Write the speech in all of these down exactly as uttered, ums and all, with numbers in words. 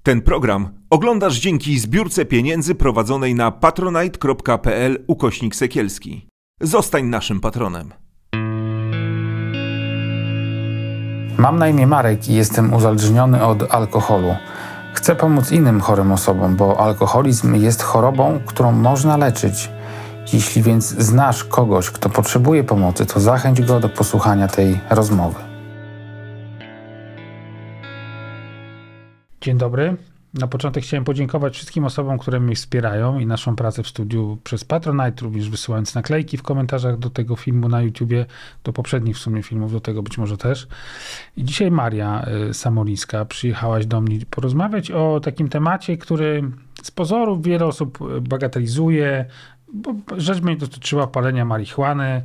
Ten program oglądasz dzięki zbiórce pieniędzy prowadzonej na patronite.pl ukośnik Sekielski. Zostań naszym patronem. Mam na imię Marek i jestem uzależniony od alkoholu. Chcę pomóc innym chorym osobom, bo alkoholizm jest chorobą, którą można leczyć. Jeśli więc znasz kogoś, kto potrzebuje pomocy, to zachęć go do posłuchania tej rozmowy. Dzień dobry. Na początek chciałem podziękować wszystkim osobom, które mnie wspierają i naszą pracę w studiu przez Patronite, również wysyłając naklejki w komentarzach do tego filmu na YouTubie, do poprzednich w sumie filmów, do tego być może też. I dzisiaj Maria y, Samolińska przyjechałaś do mnie porozmawiać o takim temacie, który z pozoru wiele osób bagatelizuje, bo rzecz mnie dotyczyła palenia marihuany.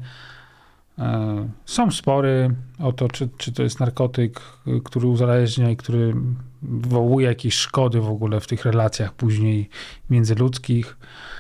Są spory o to, czy, czy to jest narkotyk, który uzależnia i który wywołuje jakieś szkody w ogóle w tych relacjach później międzyludzkich.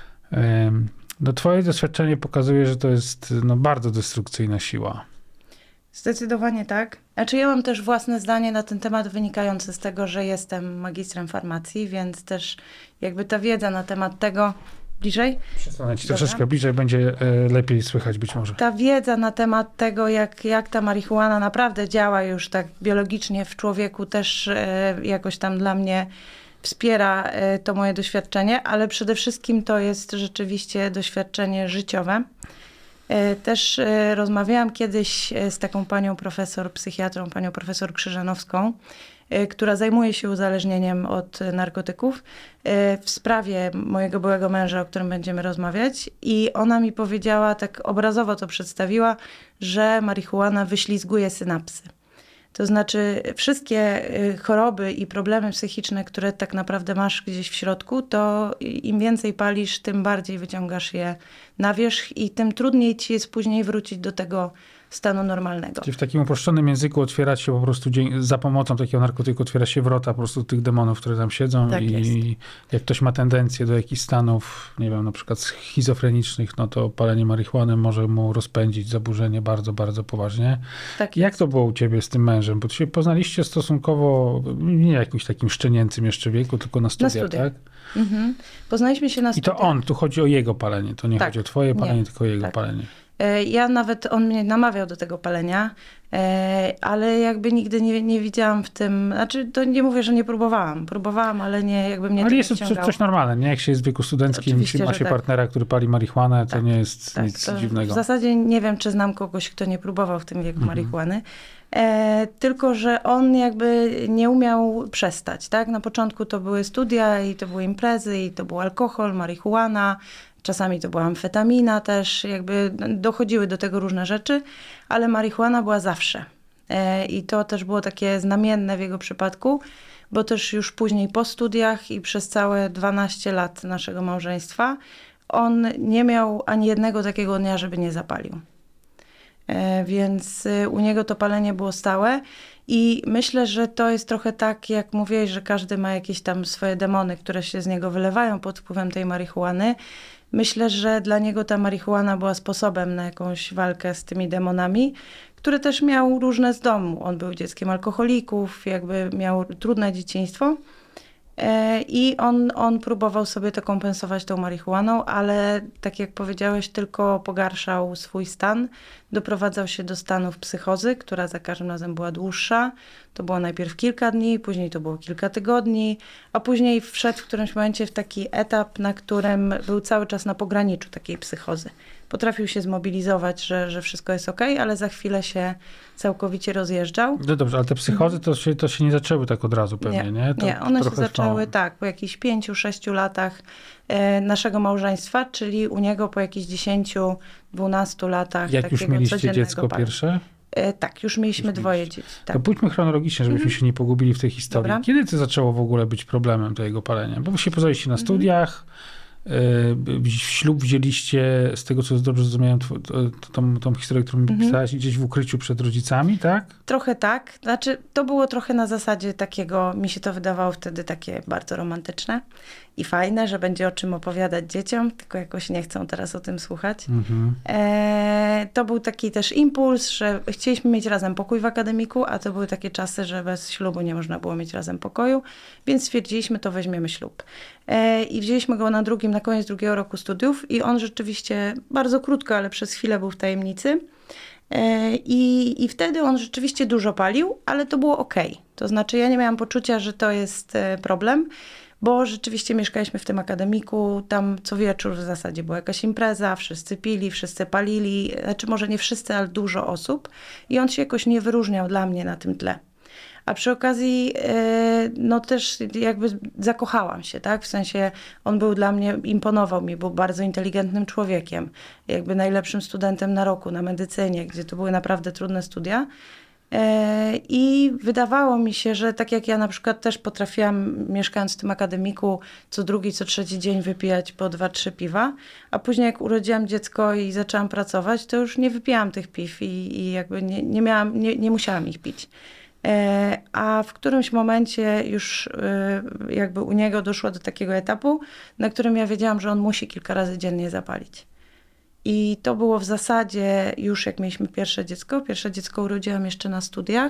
No, twoje doświadczenie pokazuje, że to jest no, bardzo destrukcyjna siła. Zdecydowanie tak. Znaczy ja mam też własne zdanie na ten temat wynikające z tego, że jestem magistrem farmacji, więc też jakby ta wiedza na temat tego... Bliżej? Przesunę ci troszeczkę bliżej, będzie e, lepiej słychać być może. Ta wiedza na temat tego, jak, jak ta marihuana naprawdę działa już tak biologicznie w człowieku, też e, jakoś tam dla mnie wspiera e, to moje doświadczenie, ale przede wszystkim to jest rzeczywiście doświadczenie życiowe. E, też e, rozmawiałam kiedyś z taką panią profesor, psychiatrą, panią profesor Krzyżanowską, która zajmuje się uzależnieniem od narkotyków w sprawie mojego byłego męża, o którym będziemy rozmawiać. I ona mi powiedziała, tak obrazowo to przedstawiła, że marihuana wyślizguje synapsy. To znaczy wszystkie choroby i problemy psychiczne, które tak naprawdę masz gdzieś w środku, to im więcej palisz, tym bardziej wyciągasz je na wierzch i tym trudniej ci jest później wrócić do tego stanu normalnego. Czyli w takim uproszczonym języku otwiera się po prostu, za pomocą takiego narkotyku otwiera się wrota po prostu tych demonów, które tam siedzą tak i jest. Jak ktoś ma tendencję do jakichś stanów, nie wiem, na przykład schizofrenicznych, no to palenie marihuany może mu rozpędzić zaburzenie bardzo, bardzo poważnie. Tak Jak jest. to było u ciebie z tym mężem? Bo ty się poznaliście stosunkowo, nie jakimś takim szczenięcym jeszcze wieku, tylko na studiach, na studiach. tak? Mhm. Poznaliśmy się na I studiach. to on, tu chodzi o jego palenie, to nie tak. chodzi o twoje palenie, nie. tylko o jego tak. palenie. Ja nawet, on mnie namawiał do tego palenia, ale jakby nigdy nie, nie widziałam w tym, znaczy to nie mówię, że nie próbowałam, próbowałam, ale nie, jakby mnie ale to jest to wciągało. coś normalne, nie? Jak się jest w wieku studenckim, Oczywiście, ma się tak. partnera, który pali marihuanę, to tak, nie jest tak, nic to dziwnego. W zasadzie nie wiem, czy znam kogoś, kto nie próbował w tym wieku mhm. marihuany, e, tylko że on jakby nie umiał przestać, tak? Na początku to były studia i to były imprezy i to był alkohol, marihuana, czasami to była amfetamina też, jakby dochodziły do tego różne rzeczy, ale marihuana była zawsze. E, I to też było takie znamienne w jego przypadku, bo też już później po studiach i przez całe dwanaście lat naszego małżeństwa on nie miał ani jednego takiego dnia, żeby nie zapalił. E, więc u niego to palenie było stałe i myślę, że to jest trochę tak, jak mówiłeś, że każdy ma jakieś tam swoje demony, które się z niego wylewają pod wpływem tej marihuany. Myślę, że dla niego ta marihuana była sposobem na jakąś walkę z tymi demonami, które też miał różne z domu. On był dzieckiem alkoholików, jakby miał trudne dzieciństwo i on, on próbował sobie to kompensować tą marihuaną, ale tak jak powiedziałeś, tylko pogarszał swój stan. Doprowadzał się do stanów psychozy, która za każdym razem była dłuższa. To było najpierw kilka dni, później to było kilka tygodni, a później wszedł w którymś momencie w taki etap, na którym był cały czas na pograniczu takiej psychozy. Potrafił się zmobilizować, że, że wszystko jest okej, ale za chwilę się całkowicie rozjeżdżał. No dobrze, ale te psychozy to się, to się nie zaczęły tak od razu pewnie, nie? Nie, To nie one się zaczęły trwało. tak, po jakichś pięciu, sześciu latach e, naszego małżeństwa, czyli u niego po jakichś dziesięciu, dwunastu latach. Jak już mieliście dziecko palenia. pierwsze? E, tak, już mieliśmy Już dwoje mieliście. dzieci. Tak. To pójdźmy chronologicznie, żebyśmy Mhm. się nie pogubili w tej historii. Dobra. Kiedy to zaczęło w ogóle być problemem, to jego palenie? Bo wy się poznaliście na studiach, w ślub wzięliście, z tego co dobrze zrozumiałem, tą, tą historię, którą mi Mhm. pisałaś, gdzieś w ukryciu przed rodzicami, tak? Trochę tak. Znaczy, to było trochę na zasadzie takiego, mi się to wydawało wtedy takie bardzo romantyczne i fajne, że będzie o czym opowiadać dzieciom, tylko jakoś nie chcą teraz o tym słuchać. Mhm. E, to był taki też impuls, że chcieliśmy mieć razem pokój w akademiku, a to były takie czasy, że bez ślubu nie można było mieć razem pokoju, więc stwierdziliśmy, to weźmiemy ślub. E, I wzięliśmy go na drugim, na koniec drugiego roku studiów i on rzeczywiście bardzo krótko, ale przez chwilę był w tajemnicy. I, I wtedy on rzeczywiście dużo palił, ale to było okej. To znaczy ja nie miałam poczucia, że to jest problem, bo rzeczywiście mieszkaliśmy w tym akademiku, tam co wieczór w zasadzie była jakaś impreza, wszyscy pili, wszyscy palili, znaczy może nie wszyscy, ale dużo osób i on się jakoś nie wyróżniał dla mnie na tym tle. A przy okazji, no też jakby zakochałam się, tak? W sensie on był dla mnie, imponował mi, był bardzo inteligentnym człowiekiem, jakby najlepszym studentem na roku, na medycynie, gdzie to były naprawdę trudne studia. I wydawało mi się, że tak jak ja na przykład też potrafiłam, mieszkając w tym akademiku, co drugi, co trzeci dzień wypijać po dwa, trzy piwa, a później jak urodziłam dziecko i zaczęłam pracować, to już nie wypijałam tych piw i, i jakby nie, nie miałam, nie, nie musiałam ich pić. A w którymś momencie już jakby u niego doszło do takiego etapu, na którym ja wiedziałam, że on musi kilka razy dziennie zapalić. I to było w zasadzie już jak mieliśmy pierwsze dziecko. Pierwsze dziecko urodziłam jeszcze na studiach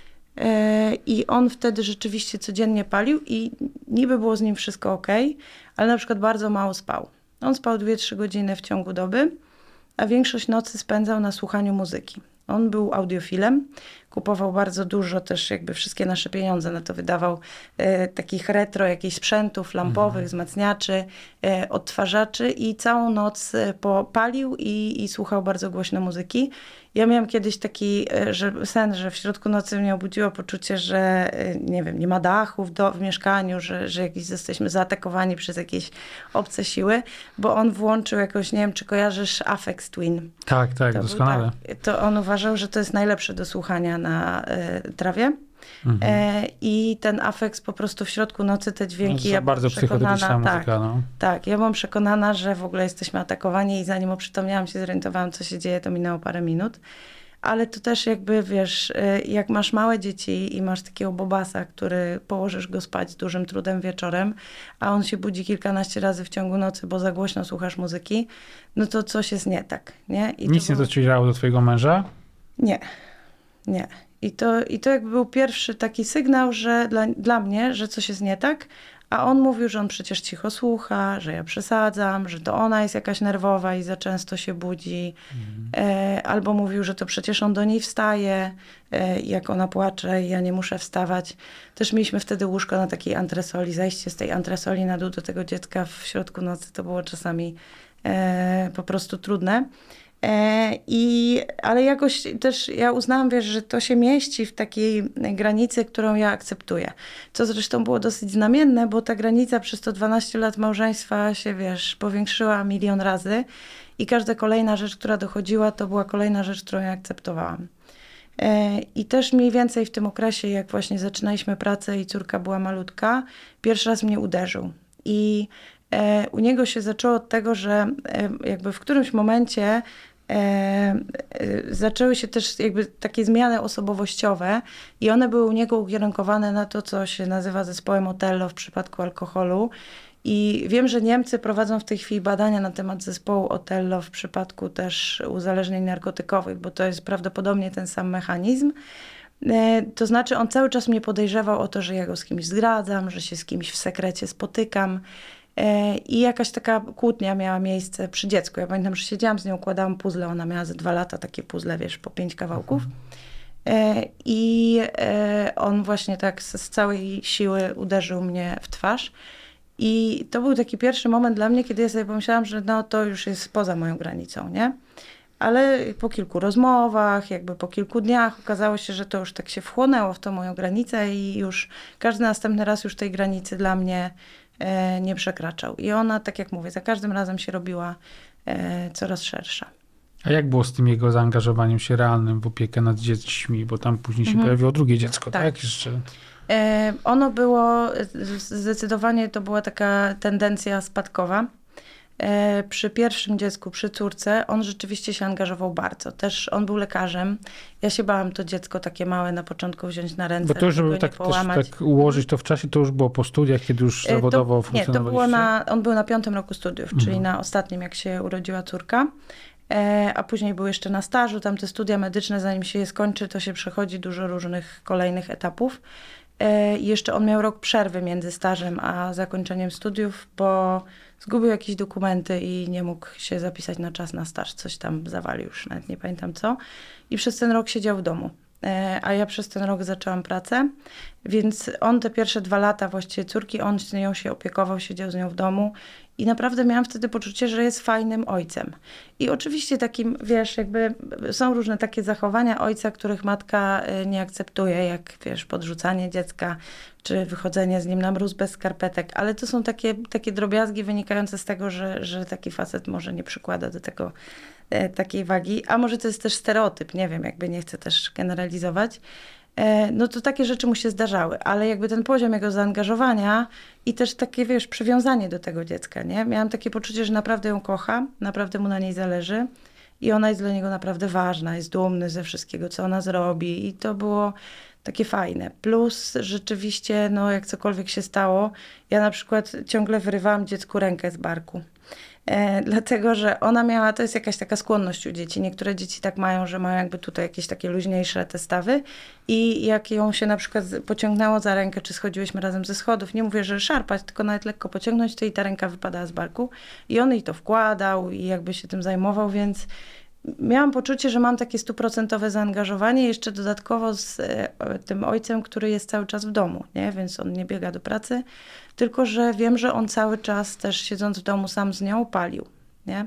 i on wtedy rzeczywiście codziennie palił i niby było z nim wszystko okej, ale na przykład bardzo mało spał. On spał dwie trzy godziny w ciągu doby, a większość nocy spędzał na słuchaniu muzyki. On był audiofilem, kupował bardzo dużo, też jakby wszystkie nasze pieniądze na to wydawał, e, takich retro, jakichś sprzętów lampowych, mhm. wzmacniaczy, e, odtwarzaczy i całą noc popalił i, i słuchał bardzo głośno muzyki. Ja miałam kiedyś taki że sen, że w środku nocy mnie obudziło poczucie, że nie wiem, nie ma dachu w, do, w mieszkaniu, że, że jakiś jesteśmy zaatakowani przez jakieś obce siły, bo on włączył jakąś, nie wiem, czy kojarzysz Aphex Twin. Tak, tak, to doskonale. Tak, to on uważał, że to jest najlepsze do słuchania na y, trawie. Mhm. E, I ten Aphex po prostu w środku nocy te dźwięki. No, ja bardzo psychodeliczna muzyka. Tak, no. tak, ja byłam przekonana, że w ogóle jesteśmy atakowani i zanim oprzytomniałam się, zorientowałam, co się dzieje, to minęło parę minut. Ale to też jakby, wiesz, jak masz małe dzieci i masz takiego bobasa, który położysz go spać z dużym trudem wieczorem, a on się budzi kilkanaście razy w ciągu nocy, bo za głośno słuchasz muzyki, no to coś jest nie tak, nie? I Nic to nie było... docierało do twojego męża? Nie, nie. I to, I to jakby był pierwszy taki sygnał, że dla, dla mnie, że coś jest nie tak, a on mówił, że on przecież cicho słucha, że ja przesadzam, że to ona jest jakaś nerwowa i za często się budzi. Mhm. E, albo mówił, że to przecież on do niej wstaje, e, jak ona płacze i ja nie muszę wstawać. Też mieliśmy wtedy łóżko na takiej antresoli. Zajście z tej antresoli na dół do tego dziecka w środku nocy to było czasami e, po prostu trudne. I, ale jakoś też ja uznałam, wiesz, że to się mieści w takiej granicy, którą ja akceptuję. Co zresztą było dosyć znamienne, bo ta granica przez to dwanaście lat małżeństwa się, wiesz, powiększyła milion razy i każda kolejna rzecz, która dochodziła, to była kolejna rzecz, którą ja akceptowałam. I też mniej więcej w tym okresie, jak właśnie zaczynaliśmy pracę i córka była malutka, pierwszy raz mnie uderzył. I u niego się zaczęło od tego, że jakby w którymś momencie E, e, zaczęły się też jakby takie zmiany osobowościowe i one były u niego ukierunkowane na to, co się nazywa zespołem Otello w przypadku alkoholu. I wiem, że Niemcy prowadzą w tej chwili badania na temat zespołu Otello w przypadku też uzależnień narkotykowych, bo to jest prawdopodobnie ten sam mechanizm. E, to znaczy on cały czas mnie podejrzewał o to, że ja go z kimś zdradzam, że się z kimś w sekrecie spotykam. I jakaś taka kłótnia miała miejsce przy dziecku. Ja pamiętam, że siedziałam z nią, układałam puzzle. Ona miała ze dwa lata takie puzzle, wiesz, po pięć kawałków. Mhm. I on właśnie tak z całej siły uderzył mnie w twarz. I to był taki pierwszy moment dla mnie, kiedy ja sobie pomyślałam, że no to już jest poza moją granicą, nie? Ale po kilku rozmowach, jakby po kilku dniach okazało się, że to już tak się wchłonęło w tą moją granicę i już każdy następny raz już tej granicy dla mnie nie przekraczał. I ona, tak jak mówię, za każdym razem się robiła e, coraz szersza. A jak było z tym jego zaangażowaniem się realnym w opiekę nad dziećmi? Bo tam później się mhm. pojawiło drugie dziecko, tak? tak? Jeszcze... E, ono było, zdecydowanie to była taka tendencja spadkowa. E, przy pierwszym dziecku, przy córce, on rzeczywiście się angażował bardzo. Też on był lekarzem. Ja się bałam to dziecko takie małe na początku wziąć na ręce, Bo to już, żeby go tak, nie też, połamać. tak ułożyć to w czasie, to już było po studiach, kiedy już E, zawodowo to, Nie, funkcjonowaliście? to było na, on był na piątym roku studiów, Mhm. czyli na ostatnim, jak się urodziła córka. E, a później był jeszcze na stażu, tam te studia medyczne, zanim się je skończy, to się przechodzi dużo różnych kolejnych etapów. E, I jeszcze on miał rok przerwy między stażem a zakończeniem studiów, bo zgubił jakieś dokumenty i nie mógł się zapisać na czas na staż. Coś tam zawalił, już nawet nie pamiętam co. I przez ten rok siedział w domu. E, a ja przez ten rok zaczęłam pracę, więc on te pierwsze dwa lata właściwie córki, on z nią się opiekował, siedział z nią w domu i naprawdę miałam wtedy poczucie, że jest fajnym ojcem. I oczywiście takim, wiesz, jakby są różne takie zachowania ojca, których matka nie akceptuje, jak wiesz, podrzucanie dziecka, czy wychodzenie z nim na mróz bez skarpetek, ale to są takie, takie drobiazgi wynikające z tego, że, że taki facet może nie przykłada do tego e, takiej wagi, a może to jest też stereotyp, nie wiem, jakby nie chcę też generalizować. No to takie rzeczy mu się zdarzały, ale jakby ten poziom jego zaangażowania i też takie, wiesz, przywiązanie do tego dziecka, nie? Miałam takie poczucie, że naprawdę ją kocha, naprawdę mu na niej zależy i ona jest dla niego naprawdę ważna, jest dumny ze wszystkiego, co ona zrobi i to było takie fajne. Plus rzeczywiście, no jak cokolwiek się stało, ja na przykład ciągle wyrywałam dziecku rękę z barku. E, dlatego, że ona miała, to jest jakaś taka skłonność u dzieci. Niektóre dzieci tak mają, że mają jakby tutaj jakieś takie luźniejsze te stawy i jak ją się na przykład pociągnęło za rękę, czy schodziłyśmy razem ze schodów, nie mówię, że szarpać, tylko nawet lekko pociągnąć, to i ta ręka wypadała z barku i on jej to wkładał i jakby się tym zajmował, więc miałam poczucie, że mam takie stuprocentowe zaangażowanie, jeszcze dodatkowo z e, tym ojcem, który jest cały czas w domu, nie? Więc on nie biega do pracy, tylko że wiem, że on cały czas też siedząc w domu sam z nią palił, nie?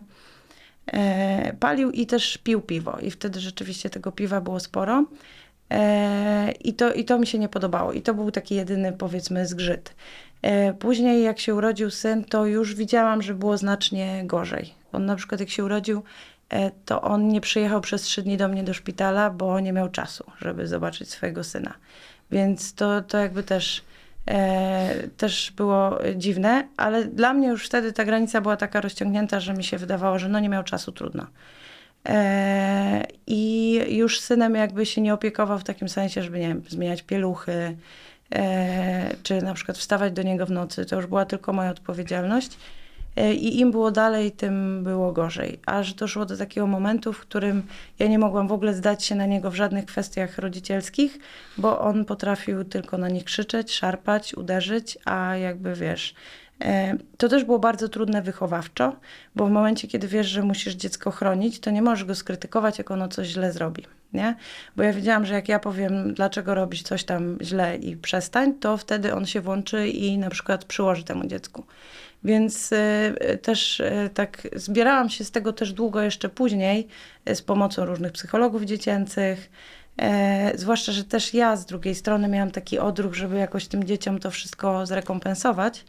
E, palił i też pił piwo i wtedy rzeczywiście tego piwa było sporo. E, i, to, I to mi się nie podobało i to był taki jedyny, powiedzmy, zgrzyt. E, później jak się urodził syn, to już widziałam, że było znacznie gorzej. On na przykład jak się urodził, to on nie przyjechał przez trzy dni do mnie do szpitala, bo nie miał czasu, żeby zobaczyć swojego syna. Więc to, to jakby też, e, też było dziwne, ale dla mnie już wtedy ta granica była taka rozciągnięta, że mi się wydawało, że no nie miał czasu, trudno. E, I już synem jakby się nie opiekował w takim sensie, żeby, nie wiem, zmieniać pieluchy, e, czy na przykład wstawać do niego w nocy. To już była tylko moja odpowiedzialność. I im było dalej, tym było gorzej. Aż doszło do takiego momentu, w którym ja nie mogłam w ogóle zdać się na niego w żadnych kwestiach rodzicielskich, bo on potrafił tylko na nich krzyczeć, szarpać, uderzyć, a jakby wiesz, to też było bardzo trudne wychowawczo, bo w momencie, kiedy wiesz, że musisz dziecko chronić, to nie możesz go skrytykować, jak ono coś źle zrobi, nie? Bo ja wiedziałam, że jak ja powiem, dlaczego robisz coś tam źle i przestań, to wtedy on się włączy i na przykład przyłoży temu dziecku. Więc y, też y, tak zbierałam się z tego też długo jeszcze później y, z pomocą różnych psychologów dziecięcych. E, zwłaszcza, że też ja z drugiej strony miałam taki odruch, żeby jakoś tym dzieciom to wszystko zrekompensować.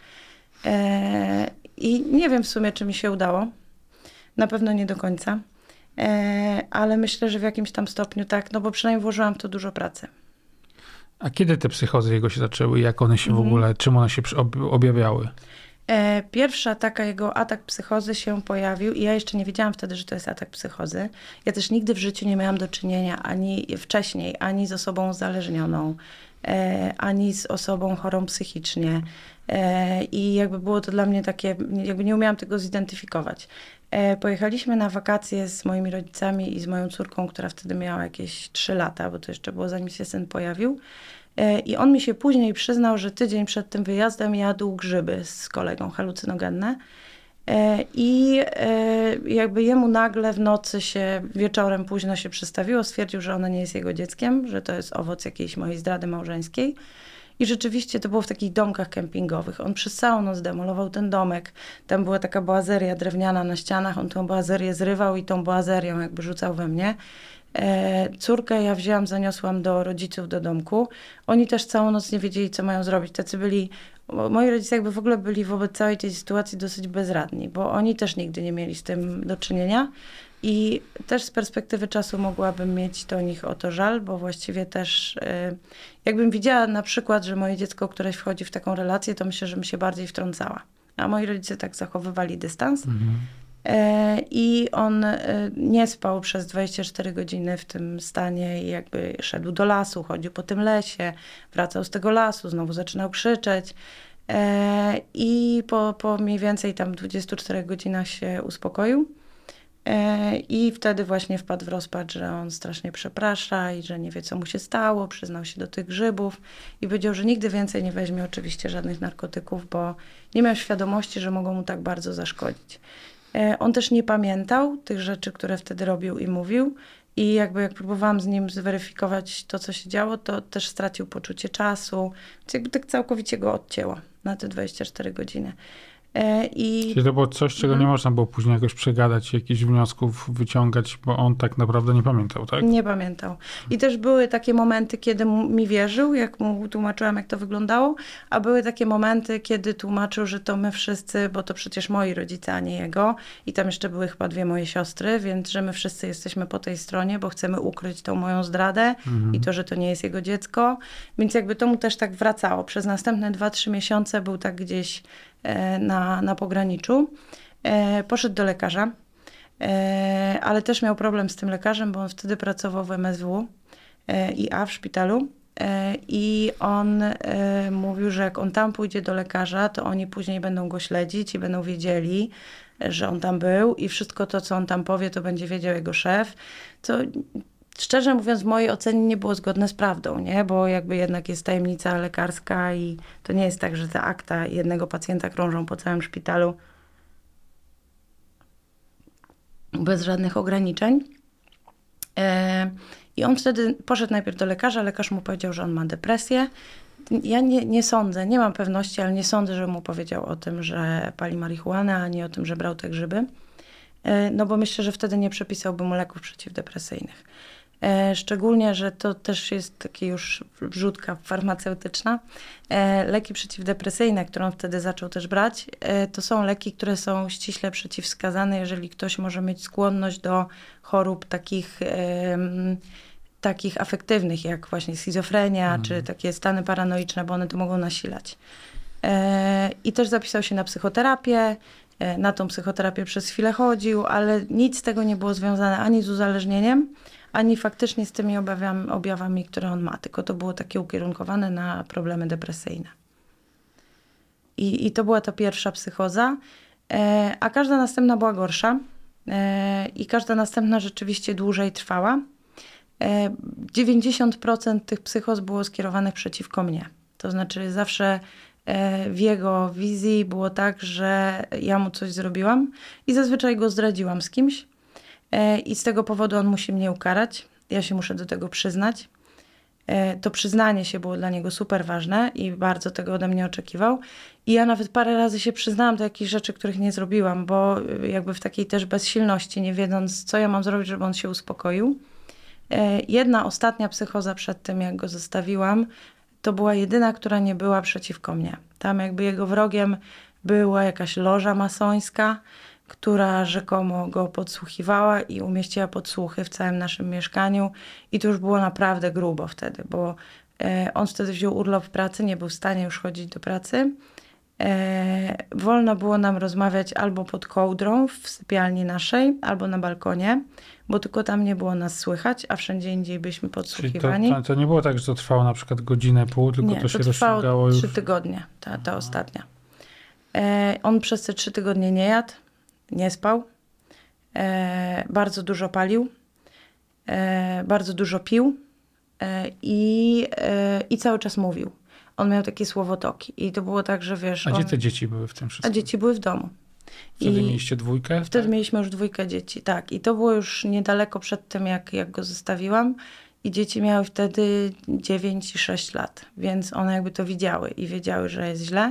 E, I nie wiem w sumie, czy mi się udało. Na pewno nie do końca. E, ale myślę, że w jakimś tam stopniu tak, no bo przynajmniej włożyłam w to dużo pracy. A kiedy te psychozy jego się zaczęły? Jak one się Mhm. w ogóle, czym one się objawiały? Pierwsza taka jego atak psychozy się pojawił i ja jeszcze nie wiedziałam wtedy, że to jest atak psychozy. Ja też nigdy w życiu nie miałam do czynienia ani wcześniej, ani z osobą uzależnioną, ani z osobą chorą psychicznie. I jakby było to dla mnie takie, jakby nie umiałam tego zidentyfikować. Pojechaliśmy na wakacje z moimi rodzicami i z moją córką, która wtedy miała jakieś trzy lata, bo to jeszcze było zanim się syn pojawił. I on mi się później przyznał, że tydzień przed tym wyjazdem jadł grzyby z kolegą halucynogenne. I jakby jemu nagle w nocy się, wieczorem późno się przystawiło, stwierdził, że ona nie jest jego dzieckiem, że to jest owoc jakiejś mojej zdrady małżeńskiej. I rzeczywiście to było w takich domkach kempingowych. On przez całą noc demolował ten domek. Tam była taka boazeria drewniana na ścianach. On tą boazerię zrywał i tą boazerią jakby rzucał we mnie. E, córkę ja wzięłam, zaniosłam do rodziców do domku. Oni też całą noc nie wiedzieli, co mają zrobić. Tacy byli, moi rodzice jakby w ogóle byli wobec całej tej sytuacji dosyć bezradni, bo oni też nigdy nie mieli z tym do czynienia. I też z perspektywy czasu mogłabym mieć do nich o to żal, bo właściwie też y, jakbym widziała na przykład, że moje dziecko któreś wchodzi w taką relację, to myślę, że bym się bardziej wtrącała. a moi rodzice tak zachowywali dystans. Mhm. E, I on e, nie spał przez dwadzieścia cztery godziny w tym stanie i jakby szedł do lasu, chodził po tym lesie, wracał z tego lasu, znowu zaczynał krzyczeć. E, I po, po mniej więcej tam dwudziestu czterech godzinach się uspokoił. E, I wtedy właśnie wpadł w rozpacz, że on strasznie przeprasza i że nie wie, co mu się stało. Przyznał się do tych grzybów i powiedział, że nigdy więcej nie weźmie oczywiście żadnych narkotyków, bo nie miał świadomości, że mogą mu tak bardzo zaszkodzić. E, on też nie pamiętał tych rzeczy, które wtedy robił i mówił. I jakby jak próbowałam z nim zweryfikować to, co się działo, to też stracił poczucie czasu. Więc jakby tak całkowicie go odcięła na te dwadzieścia cztery godziny. E, I Czyli to było coś, czego Mhm. nie można było później jakoś przegadać, jakichś wniosków wyciągać, bo on tak naprawdę nie pamiętał, tak? nie pamiętał. I też były takie momenty, kiedy mu- mi wierzył, jak mu tłumaczyłam, jak to wyglądało, a były takie momenty, kiedy tłumaczył, że to my wszyscy, bo to przecież moi rodzice, a nie jego. I tam jeszcze były chyba dwie moje siostry, więc że my wszyscy jesteśmy po tej stronie, bo chcemy ukryć tą moją zdradę Mhm. i to, że to nie jest jego dziecko. Więc jakby to mu też tak wracało. Przez następne dwa, trzy miesiące był tak gdzieś e, na, na pograniczu. E, poszedł do lekarza. E, ale też miał problem z tym lekarzem, bo on wtedy pracował w M S W e, i A w szpitalu e, i on e, mówił, że jak on tam pójdzie do lekarza, to oni później będą go śledzić i będą wiedzieli, że on tam był i wszystko to, co on tam powie, to będzie wiedział jego szef, co szczerze mówiąc w mojej ocenie nie było zgodne z prawdą, nie? Bo jakby jednak jest tajemnica lekarska i to nie jest tak, że te akta jednego pacjenta krążą po całym szpitalu bez żadnych ograniczeń. E, I on wtedy poszedł najpierw do lekarza, lekarz mu powiedział, że on ma depresję. Ja nie, nie sądzę, nie mam pewności, ale nie sądzę, że mu powiedział o tym, że pali marihuanę, a nie o tym, że brał te grzyby. E, no bo myślę, że wtedy nie przepisałby mu leków przeciwdepresyjnych. E, szczególnie, że to też jest taka już wrzutka farmaceutyczna. E, leki przeciwdepresyjne, które on wtedy zaczął też brać, e, to są leki, które są ściśle przeciwwskazane, jeżeli ktoś może mieć skłonność do chorób takich, e, takich afektywnych, jak właśnie schizofrenia, Mhm. czy takie stany paranoiczne, bo one to mogą nasilać. E, I też zapisał się na psychoterapię. E, na tą psychoterapię przez chwilę chodził, ale nic z tego nie było związane ani z uzależnieniem, ani faktycznie z tymi objawami, objawami, które on ma, tylko to było takie ukierunkowane na problemy depresyjne. I, i to była ta pierwsza psychoza, e, a każda następna była gorsza e, i każda następna rzeczywiście dłużej trwała. E, dziewięćdziesiąt procent tych psychoz było skierowanych przeciwko mnie. To znaczy zawsze e, w jego wizji było tak, że ja mu coś zrobiłam i zazwyczaj go zdradziłam z kimś. I z tego powodu on musi mnie ukarać. Ja się muszę do tego przyznać. To przyznanie się było dla niego super ważne i bardzo tego ode mnie oczekiwał. I ja nawet parę razy się przyznałam do jakichś rzeczy, których nie zrobiłam, bo jakby w takiej też bezsilności, nie wiedząc, co ja mam zrobić, żeby on się uspokoił. Jedna ostatnia psychoza przed tym, jak go zostawiłam, to była jedyna, która nie była przeciwko mnie. Tam jakby jego wrogiem była jakaś loża masońska, która rzekomo go podsłuchiwała i umieściła podsłuchy w całym naszym mieszkaniu. I to już było naprawdę grubo wtedy, bo e, on wtedy wziął urlop w pracy, nie był w stanie już chodzić do pracy. E, wolno było nam rozmawiać albo pod kołdrą w sypialni naszej, albo na balkonie, bo tylko tam nie było nas słychać, a wszędzie indziej byliśmy Czyli to, podsłuchiwani. to, to nie było tak, że to trwało na przykład godzinę, pół, tylko Nie, to się to trwało rozciągało już. trzy tygodnie, ta, ta ostatnia. E, on przez te trzy tygodnie nie jadł, nie spał, e, bardzo dużo palił, e, bardzo dużo pił e, i, e, i cały czas mówił. On miał takie słowotoki i to było tak, że wiesz... A on... gdzie te dzieci były w tym A wszystkim? dzieci były w domu. Wtedy I mieliście dwójkę? wtedy tak? mieliśmy już dwójkę dzieci, tak. I to było już niedaleko przed tym, jak, jak go zostawiłam. I dzieci miały wtedy dziewięć i sześć lat, więc one jakby to widziały i wiedziały, że jest źle.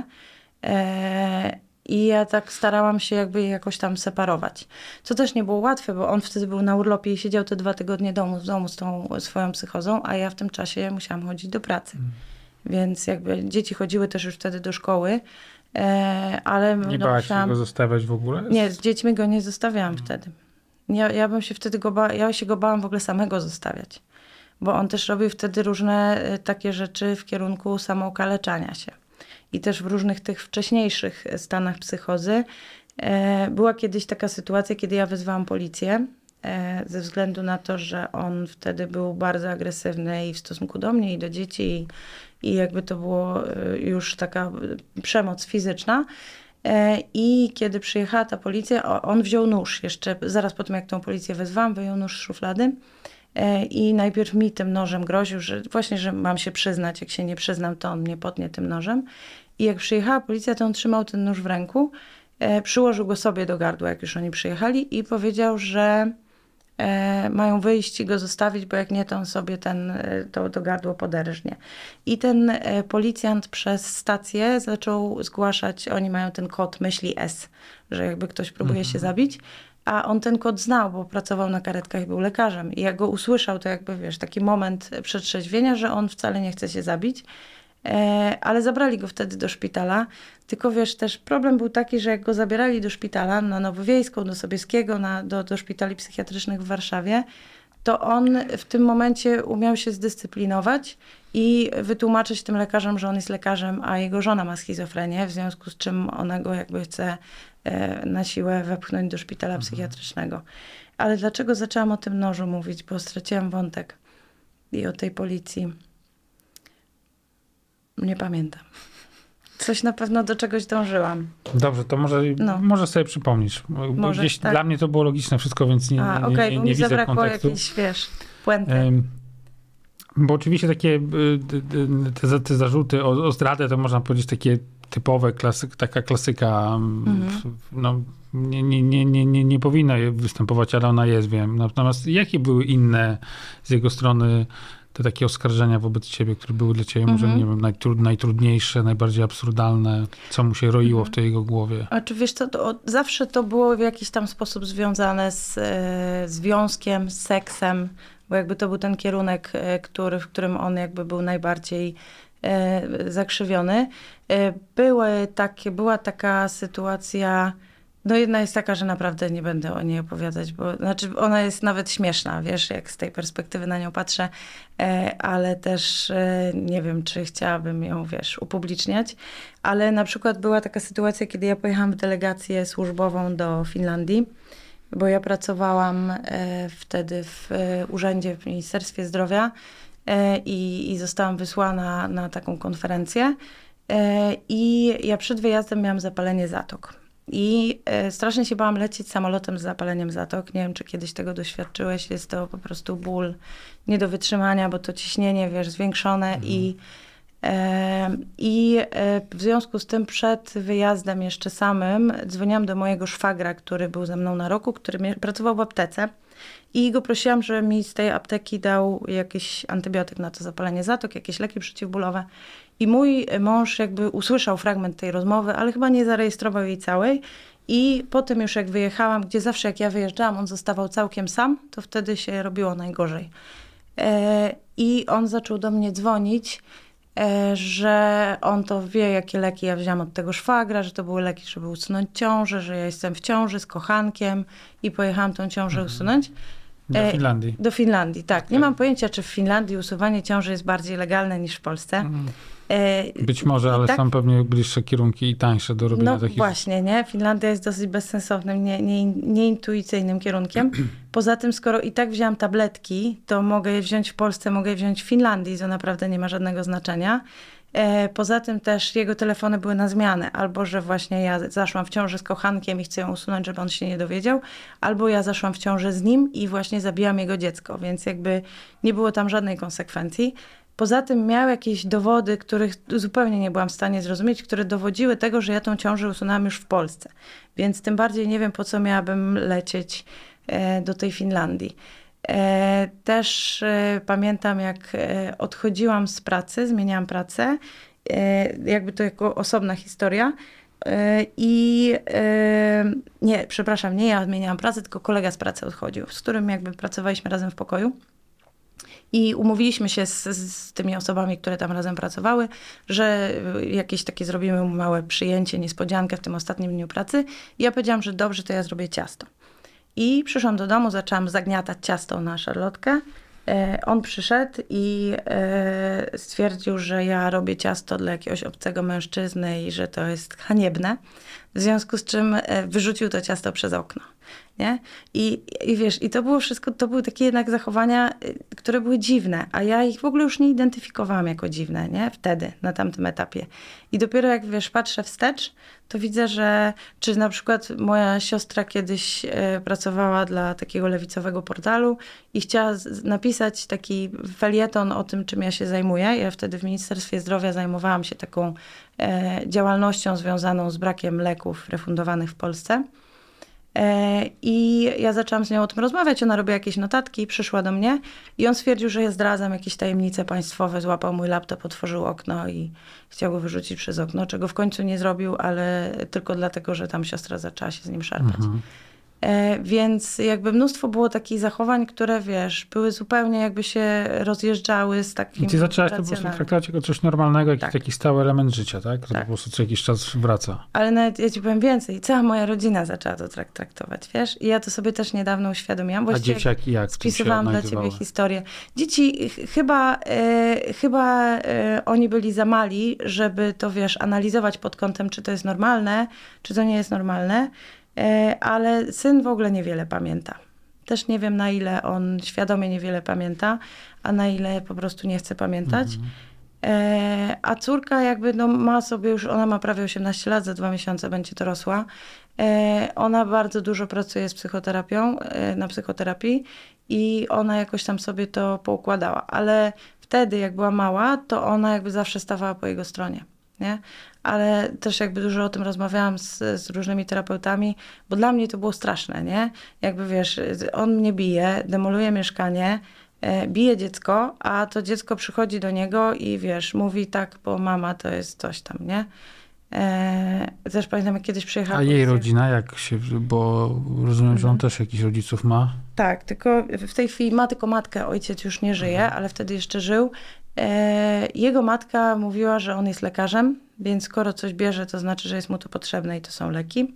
E, I ja tak starałam się jakby jakoś tam separować. Co też nie było łatwe, bo on wtedy był na urlopie i siedział te dwa tygodnie domu, w domu z tą swoją psychozą, a ja w tym czasie musiałam chodzić do pracy. Mm. Więc jakby dzieci chodziły też już wtedy do szkoły, e, ale... Nie no, bałaś musiałam... się go zostawiać w ogóle? Nie, z dziećmi go nie zostawiałam wtedy. Ja, ja bym się wtedy go ba... ja się go bałam w ogóle samego zostawiać. Bo on też robił wtedy różne y, takie rzeczy w kierunku samookaleczania się. i też w różnych tych wcześniejszych stanach psychozy. Była kiedyś taka sytuacja, kiedy ja wezwałam policję, ze względu na to, że on wtedy był bardzo agresywny i w stosunku do mnie i do dzieci i, i jakby to było już taka przemoc fizyczna. I kiedy przyjechała ta policja, on wziął nóż jeszcze, zaraz po tym jak tą policję wezwałam, wyjął nóż z szuflady i najpierw mi tym nożem groził, że właśnie, że mam się przyznać, jak się nie przyznam, to on mnie potnie tym nożem. I jak przyjechała policja, to on trzymał ten nóż w ręku, przyłożył go sobie do gardła, jak już oni przyjechali i powiedział, że E, mają wyjść i go zostawić, bo jak nie, to on sobie ten, to, to gardło poderżnie. I ten e, policjant przez stację zaczął zgłaszać, oni mają ten kod myśli S, że jakby ktoś próbuje mhm. się zabić, a on ten kod znał, bo pracował na karetkach i był lekarzem. I jak go usłyszał, to jakby, wiesz, taki moment przetrzeźwienia, że on wcale nie chce się zabić. Ale zabrali go wtedy do szpitala, tylko wiesz, też problem był taki, że jak go zabierali do szpitala, na Nowowiejską, do Sobieskiego, na, do, do szpitali psychiatrycznych w Warszawie, to on w tym momencie umiał się zdyscyplinować i wytłumaczyć tym lekarzom, że on jest lekarzem, a jego żona ma schizofrenię, w związku z czym ona go jakby chce na siłę wepchnąć do szpitala mhm. psychiatrycznego. Ale dlaczego zaczęłam o tym nożu mówić? Bo straciłam wątek i o tej policji. Nie pamiętam. Coś na pewno do czegoś dążyłam. Dobrze, to może, no. może sobie przypomnisz. Bo może, gdzieś tak. Dla mnie to było logiczne wszystko, więc nie, A, nie, okay, nie, bo nie mi widzę zabrakło kontekstu. jakieś, wiesz, puenty. Um, bo oczywiście takie te, te zarzuty o, o zdradę to można powiedzieć takie typowe, klasyk, taka klasyka. Mhm. No, nie, nie, nie, nie, nie, nie powinna występować, ale ona jest, wiem. Natomiast jakie były inne z jego strony te takie oskarżenia wobec ciebie, które były dla ciebie, mm-hmm. może, nie wiem, najtrud, najtrudniejsze, najbardziej absurdalne, co mu się roiło mm-hmm. w tej jego głowie? A czy wiesz co, to, zawsze to było w jakiś tam sposób związane z e, związkiem, z seksem, bo jakby to był ten kierunek, e, który, w którym on jakby był najbardziej e, zakrzywiony. E, były takie, była taka sytuacja. No jedna jest taka, że naprawdę nie będę o niej opowiadać, bo znaczy ona jest nawet śmieszna, wiesz, jak z tej perspektywy na nią patrzę, ale też nie wiem, czy chciałabym ją, wiesz, upubliczniać. Ale na przykład była taka sytuacja, kiedy ja pojechałam w delegację służbową do Finlandii, bo ja pracowałam wtedy w urzędzie w Ministerstwie Zdrowia i, i zostałam wysłana na taką konferencję i ja przed wyjazdem miałam zapalenie zatok. I y, strasznie się bałam lecieć samolotem z zapaleniem zatok. Nie wiem, czy kiedyś tego doświadczyłeś. Jest to po prostu ból nie do wytrzymania, bo to ciśnienie, wiesz, zwiększone. Mhm. I, y, i y, w związku z tym przed wyjazdem jeszcze samym dzwoniłam do mojego szwagra, który był ze mną na roku, który mie- pracował w aptece. I go prosiłam, żeby mi z tej apteki dał jakiś antybiotyk na to zapalenie zatok, jakieś leki przeciwbólowe. I mój mąż jakby usłyszał fragment tej rozmowy, ale chyba nie zarejestrował jej całej. I potem już jak wyjechałam, gdzie zawsze jak ja wyjeżdżałam, on zostawał całkiem sam, to wtedy się robiło najgorzej. E, I on zaczął do mnie dzwonić, e, że on to wie, jakie leki ja wzięłam od tego szwagra, że to były leki, żeby usunąć ciążę, że ja jestem w ciąży z kochankiem i pojechałam tą ciążę mhm. usunąć. Do Finlandii. E, do Finlandii, tak. Nie mam pojęcia, czy w Finlandii usuwanie ciąży jest bardziej legalne niż w Polsce. Mhm. Być może, ale tak, są pewnie bliższe kierunki i tańsze do robienia no takich... No właśnie, nie? Finlandia jest dosyć bezsensownym, nie, nie, nieintuicyjnym kierunkiem. Poza tym, skoro i tak wzięłam tabletki, to mogę je wziąć w Polsce, mogę je wziąć w Finlandii, to naprawdę nie ma żadnego znaczenia. Poza tym też jego telefony były na zmianę. Albo, że właśnie ja zaszłam w ciążę z kochankiem i chcę ją usunąć, żeby on się nie dowiedział. Albo ja zaszłam w ciążę z nim i właśnie zabijam jego dziecko. Więc jakby nie było tam żadnej konsekwencji. Poza tym miał jakieś dowody, których zupełnie nie byłam w stanie zrozumieć, które dowodziły tego, że ja tą ciążę usunęłam już w Polsce. Więc tym bardziej nie wiem, po co miałabym lecieć do tej Finlandii. Też pamiętam, jak odchodziłam z pracy, zmieniałam pracę, jakby to jako osobna historia. I nie, przepraszam, nie ja zmieniałam pracę, tylko kolega z pracy odchodził, z którym jakby pracowaliśmy razem w pokoju. I umówiliśmy się z, z tymi osobami, które tam razem pracowały, że jakieś takie zrobimy małe przyjęcie, niespodziankę w tym ostatnim dniu pracy. I ja powiedziałam, że dobrze, to ja zrobię ciasto. I przyszłam do domu, zaczęłam zagniatać ciasto na szarlotkę On przyszedł i stwierdził, że ja robię ciasto dla jakiegoś obcego mężczyzny i że to jest haniebne. W związku z czym wyrzucił to ciasto przez okno. Nie? I, I wiesz, i to było wszystko, to były takie jednak zachowania, które były dziwne, a ja ich w ogóle już nie identyfikowałam jako dziwne, nie? Wtedy, na tamtym etapie. I dopiero jak, wiesz, patrzę wstecz, to widzę, że, czy na przykład moja siostra kiedyś e, pracowała dla takiego lewicowego portalu i chciała z, napisać taki felieton o tym, czym ja się zajmuję. Ja wtedy w Ministerstwie Zdrowia zajmowałam się taką e, działalnością związaną z brakiem leków refundowanych w Polsce. I ja zaczęłam z nią o tym rozmawiać, ona robiła jakieś notatki, przyszła do mnie i on stwierdził, że ja zdradzam jakieś tajemnice państwowe, złapał mój laptop, otworzył okno i chciał go wyrzucić przez okno, czego w końcu nie zrobił, ale tylko dlatego, że tam siostra zaczęła się z nim szarpać. Mhm. E, więc jakby mnóstwo było takich zachowań, które, wiesz, były zupełnie jakby się rozjeżdżały z takim... I ty zaczęłaś to po prostu traktować jako coś normalnego, jakiś tak. taki stały element życia, tak? Który tak. po prostu co jakiś czas wraca. Ale nawet ja ci powiem więcej, cała moja rodzina zaczęła to trak- traktować, wiesz? I ja to sobie też niedawno uświadomiłam. A dzieciaki jak? Spisywałam dla ciebie historię. Dzieci ch- chyba, e, chyba e, oni byli za mali, żeby to, wiesz, analizować pod kątem, czy to jest normalne, czy to nie jest normalne. Ale syn w ogóle niewiele pamięta. Też nie wiem, na ile on świadomie niewiele pamięta, a na ile po prostu nie chce pamiętać. Mhm. E, a córka jakby no, ma sobie już, ona ma prawie osiemnaście lat, za dwa miesiące będzie dorosła. E, ona bardzo dużo pracuje z psychoterapią, e, na psychoterapii i ona jakoś tam sobie to poukładała. Ale wtedy, jak była mała, to ona jakby zawsze stawała po jego stronie. Nie? Ale też jakby dużo o tym rozmawiałam z, z różnymi terapeutami, bo dla mnie to było straszne, nie? Jakby wiesz, on mnie bije, demoluje mieszkanie, e, bije dziecko, a to dziecko przychodzi do niego i wiesz, mówi tak, bo mama to jest coś tam, nie? E, też pamiętam, jak kiedyś przyjechała... A jej rodzina, jak się, bo rozumiem, mhm. że on też jakichś rodziców ma? Tak, tylko w tej chwili ma tylko matkę, ojciec już nie żyje, mhm. ale wtedy jeszcze żył. E, jego matka mówiła, że on jest lekarzem, więc skoro coś bierze, to znaczy, że jest mu to potrzebne i to są leki.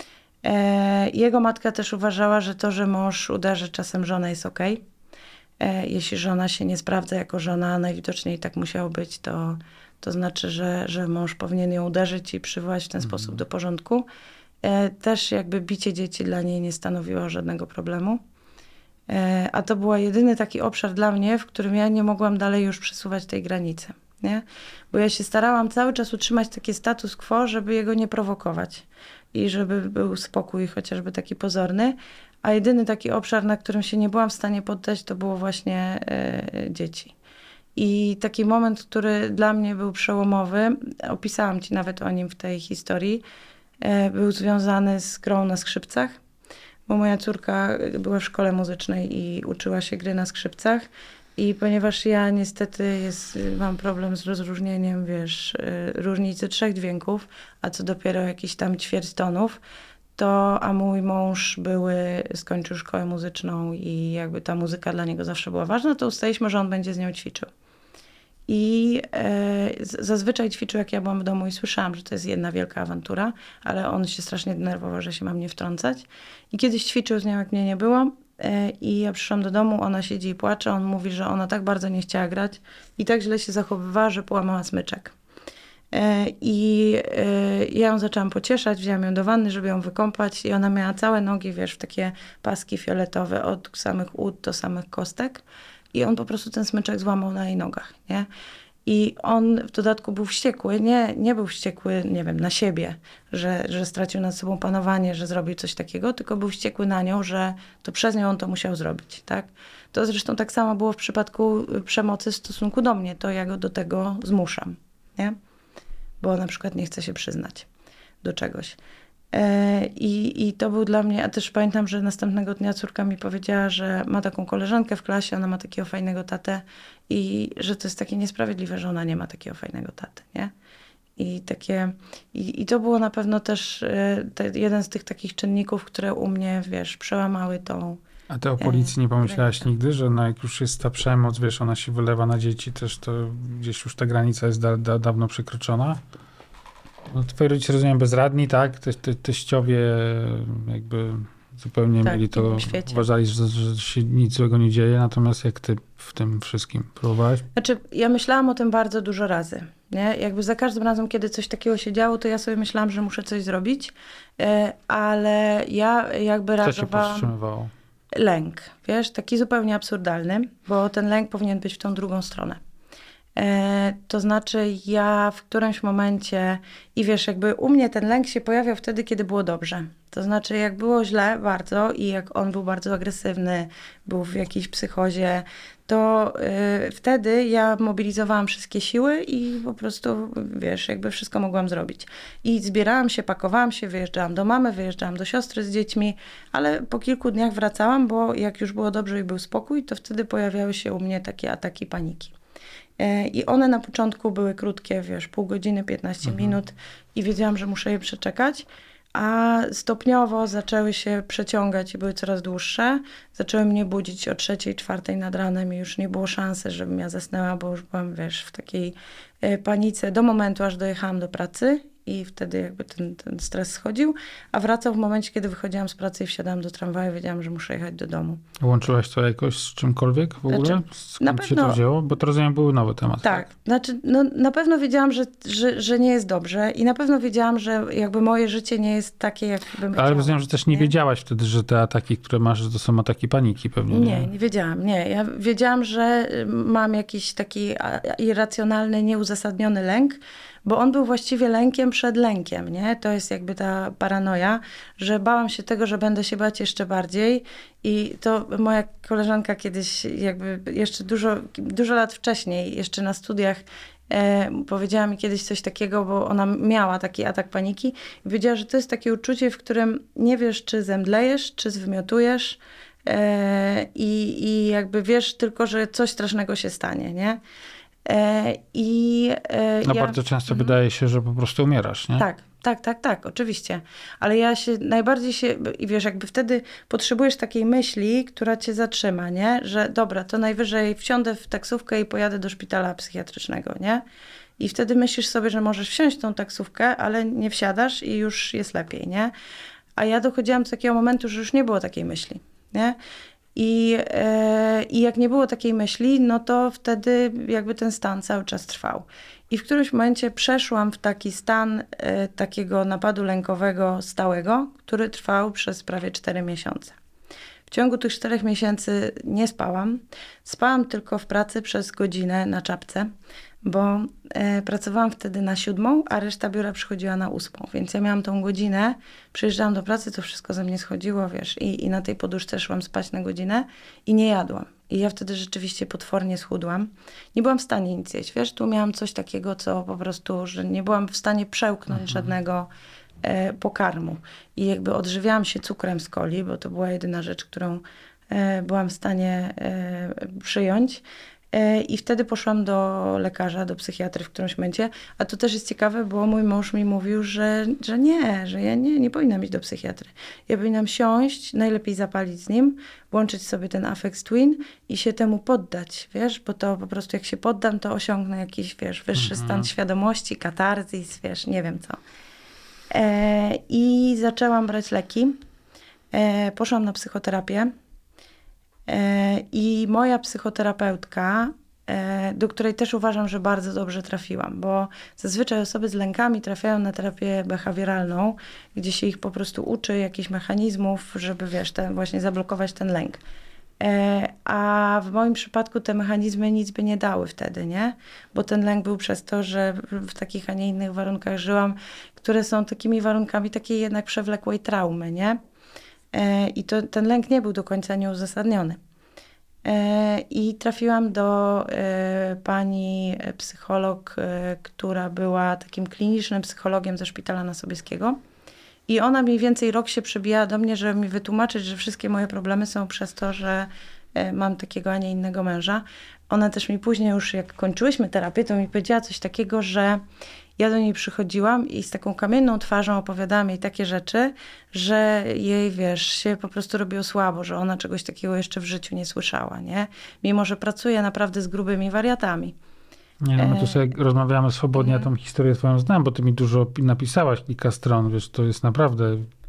E, jego matka też uważała, że to, że mąż uderzy czasem żonę, jest okej. E, jeśli żona się nie sprawdza jako żona, a najwidoczniej tak musiało być, to, to znaczy, że, że mąż powinien ją uderzyć i przywołać w ten mhm. sposób do porządku. E, też jakby bicie dzieci dla niej nie stanowiło żadnego problemu. E, a to był jedyny taki obszar dla mnie, w którym ja nie mogłam dalej już przesuwać tej granicy. Nie? Bo ja się starałam cały czas utrzymać taki status quo, żeby jego nie prowokować i żeby był spokój chociażby taki pozorny, a jedyny taki obszar, na którym się nie byłam w stanie poddać, to było właśnie e, dzieci. I taki moment, który dla mnie był przełomowy, opisałam ci nawet o nim w tej historii, e, był związany z grą na skrzypcach, bo moja córka była w szkole muzycznej i uczyła się gry na skrzypcach. I ponieważ ja niestety jest, mam problem z rozróżnieniem, wiesz, różnicy trzech dźwięków, a co dopiero jakichś tam ćwierć tonów, to, a mój mąż były, skończył szkołę muzyczną i jakby ta muzyka dla niego zawsze była ważna, to ustaliliśmy, że on będzie z nią ćwiczył. I e, zazwyczaj ćwiczył, jak ja byłam w domu i słyszałam, że to jest jedna wielka awantura, ale on się strasznie denerwował, że się mam nie wtrącać. I kiedyś ćwiczył z nią, jak mnie nie było. I ja przyszłam do domu, ona siedzi i płacze, on mówi, że ona tak bardzo nie chciała grać i tak źle się zachowywała, że połamała smyczek. I ja ją zaczęłam pocieszać, wzięłam ją do wanny, żeby ją wykąpać i ona miała całe nogi, wiesz, w takie paski fioletowe od samych ud do samych kostek i on po prostu ten smyczek złamał na jej nogach, nie? I on w dodatku był wściekły, nie, nie był wściekły, nie wiem, na siebie, że, że stracił nad sobą panowanie, że zrobił coś takiego, tylko był wściekły na nią, że to przez nią on to musiał zrobić, tak? To zresztą tak samo było w przypadku przemocy w stosunku do mnie, to ja go do tego zmuszam, nie? Bo na przykład nie chce się przyznać do czegoś. I, I to był dla mnie, a też pamiętam, że następnego dnia córka mi powiedziała, że ma taką koleżankę w klasie, ona ma takiego fajnego tatę i że to jest takie niesprawiedliwe, że ona nie ma takiego fajnego taty, nie? I takie, i, i to było na pewno też te, jeden z tych takich czynników, które u mnie, wiesz, przełamały tą... A ty o policji nie pomyślałaś e, nigdy, że no jak już jest ta przemoc, wiesz, ona się wylewa na dzieci też, to gdzieś już ta granica jest da, da, dawno przekroczona? No, twoi rodzice, rozumiem, bezradni, tak? Te, te, teściowie jakby zupełnie Tak, mieli w to, innym świecie. uważali, że, że się nic złego nie dzieje, natomiast jak ty w tym wszystkim próbowałeś? Znaczy, ja myślałam o tym bardzo dużo razy, nie? Jakby za każdym razem, kiedy coś takiego się działo, to ja sobie myślałam, że muszę coś zrobić, e, ale ja jakby Co cię reagowałam... powstrzymywało? Lęk, wiesz, taki zupełnie absurdalny, bo ten lęk powinien być w tą drugą stronę. E, to znaczy ja w którymś momencie, i wiesz, jakby u mnie ten lęk się pojawiał wtedy, kiedy było dobrze. To znaczy jak było źle bardzo i jak on był bardzo agresywny, był w jakiejś psychozie, to y, wtedy ja mobilizowałam wszystkie siły i po prostu, wiesz, jakby wszystko mogłam zrobić. I zbierałam się, pakowałam się, wyjeżdżałam do mamy, wyjeżdżałam do siostry z dziećmi, ale po kilku dniach wracałam, bo jak już było dobrze i był spokój, to wtedy pojawiały się u mnie takie ataki paniki. Y, I one na początku były krótkie, wiesz, pół godziny, piętnaście Mhm. minut i wiedziałam, że muszę je przeczekać. A stopniowo zaczęły się przeciągać i były coraz dłuższe. Zaczęły mnie budzić o trzeciej, czwartej nad ranem i już nie było szansy, żebym ja zasnęła, bo już byłam, wiesz, w takiej e, panice do momentu, aż dojechałam do pracy i wtedy jakby ten, ten stres schodził, a wracał w momencie, kiedy wychodziłam z pracy i wsiadałam do tramwaju, wiedziałam, że muszę jechać do domu. Łączyłaś to jakoś z czymkolwiek w ogóle? Znaczy, Skąd na się to pewno- wzięło? Bo to rozumiem były nowe tematy. Tak, znaczy no, na pewno wiedziałam, że, że, że nie jest dobrze i na pewno wiedziałam, że jakby moje życie nie jest takie, jak bym chciała. Ale rozumiem, że też nie, nie? wiedziałaś wtedy, że te ataki, które masz, że to są ataki paniki pewnie. Nie, nie wiedziałam, nie. Ja wiedziałam, że mam jakiś taki a, irracjonalny, nieuzasadniony lęk, bo on był właściwie lękiem przed lękiem, nie? To jest jakby ta paranoja, że bałam się tego, że będę się bać jeszcze bardziej i to moja koleżanka kiedyś jakby jeszcze dużo, dużo lat wcześniej, jeszcze na studiach e, powiedziała mi kiedyś coś takiego, bo ona miała taki atak paniki i powiedziała, że to jest takie uczucie, w którym nie wiesz, czy zemdlejesz, czy zwymiotujesz, I, i jakby wiesz tylko, że coś strasznego się stanie, nie? I No ja... bardzo często mhm. wydaje się, że po prostu umierasz, nie? Tak, tak, tak, tak, oczywiście. Ale ja się najbardziej się, i wiesz, jakby wtedy potrzebujesz takiej myśli, która cię zatrzyma, nie? Że dobra, to najwyżej wsiądę w taksówkę i pojadę do szpitala psychiatrycznego, nie? I wtedy myślisz sobie, że możesz wsiąść w tą taksówkę, ale nie wsiadasz i już jest lepiej, nie? A ja dochodziłam do takiego momentu, że już nie było takiej myśli, nie? I, e, I jak nie było takiej myśli, no to wtedy jakby ten stan cały czas trwał. I w którymś momencie przeszłam w taki stan e, takiego napadu lękowego stałego, który trwał przez prawie cztery miesiące. W ciągu tych czterech miesięcy nie spałam. Spałam tylko w pracy przez godzinę na czapce, bo e, pracowałam wtedy na siódmą, a reszta biura przychodziła na ósmą. Więc ja miałam tą godzinę, przyjeżdżałam do pracy, to wszystko ze mnie schodziło, wiesz, i, i na tej poduszce szłam spać na godzinę i nie jadłam. I ja wtedy rzeczywiście potwornie schudłam. Nie byłam w stanie nic jeść, wiesz, tu miałam coś takiego, co po prostu, że nie byłam w stanie przełknąć mhm. żadnego e, pokarmu. I jakby odżywiałam się cukrem z coli, bo to była jedyna rzecz, którą e, byłam w stanie e, przyjąć. I wtedy poszłam do lekarza, do psychiatry w którymś momencie. A to też jest ciekawe, bo mój mąż mi mówił, że, że nie, że ja nie, nie powinnam iść do psychiatry. Ja powinnam siąść, najlepiej zapalić z nim, włączyć sobie ten Aphex Twin i się temu poddać, wiesz? Bo to po prostu jak się poddam, to osiągnę jakiś, wiesz, wyższy mhm. stan świadomości, katarzis, wiesz, nie wiem co. E, I zaczęłam brać leki. E, poszłam na psychoterapię. I moja psychoterapeutka, do której też uważam, że bardzo dobrze trafiłam, bo zazwyczaj osoby z lękami trafiają na terapię behawioralną, gdzie się ich po prostu uczy jakichś mechanizmów, żeby wiesz, ten, właśnie zablokować ten lęk. A w moim przypadku te mechanizmy nic by nie dały wtedy, nie? Bo ten lęk był przez to, że w takich, a nie innych warunkach żyłam, które są takimi warunkami takiej jednak przewlekłej traumy, nie? I to, ten lęk nie był do końca nieuzasadniony. I trafiłam do pani psycholog, która była takim klinicznym psychologiem ze szpitala na Sobieskiego. I ona mniej więcej rok się przebijała do mnie, żeby mi wytłumaczyć, że wszystkie moje problemy są przez to, że mam takiego, a nie innego męża. Ona też mi później już, jak kończyłyśmy terapię, to mi powiedziała coś takiego, że ja do niej przychodziłam i z taką kamienną twarzą opowiadałam jej takie rzeczy, że jej, wiesz, się po prostu robiło słabo, że ona czegoś takiego jeszcze w życiu nie słyszała, nie? Mimo, że pracuje naprawdę z grubymi wariatami. Nie, no my tu sobie rozmawiamy swobodnie, ja tą historię twoją znam, bo ty mi dużo napisałaś, kilka stron, wiesz, to jest naprawdę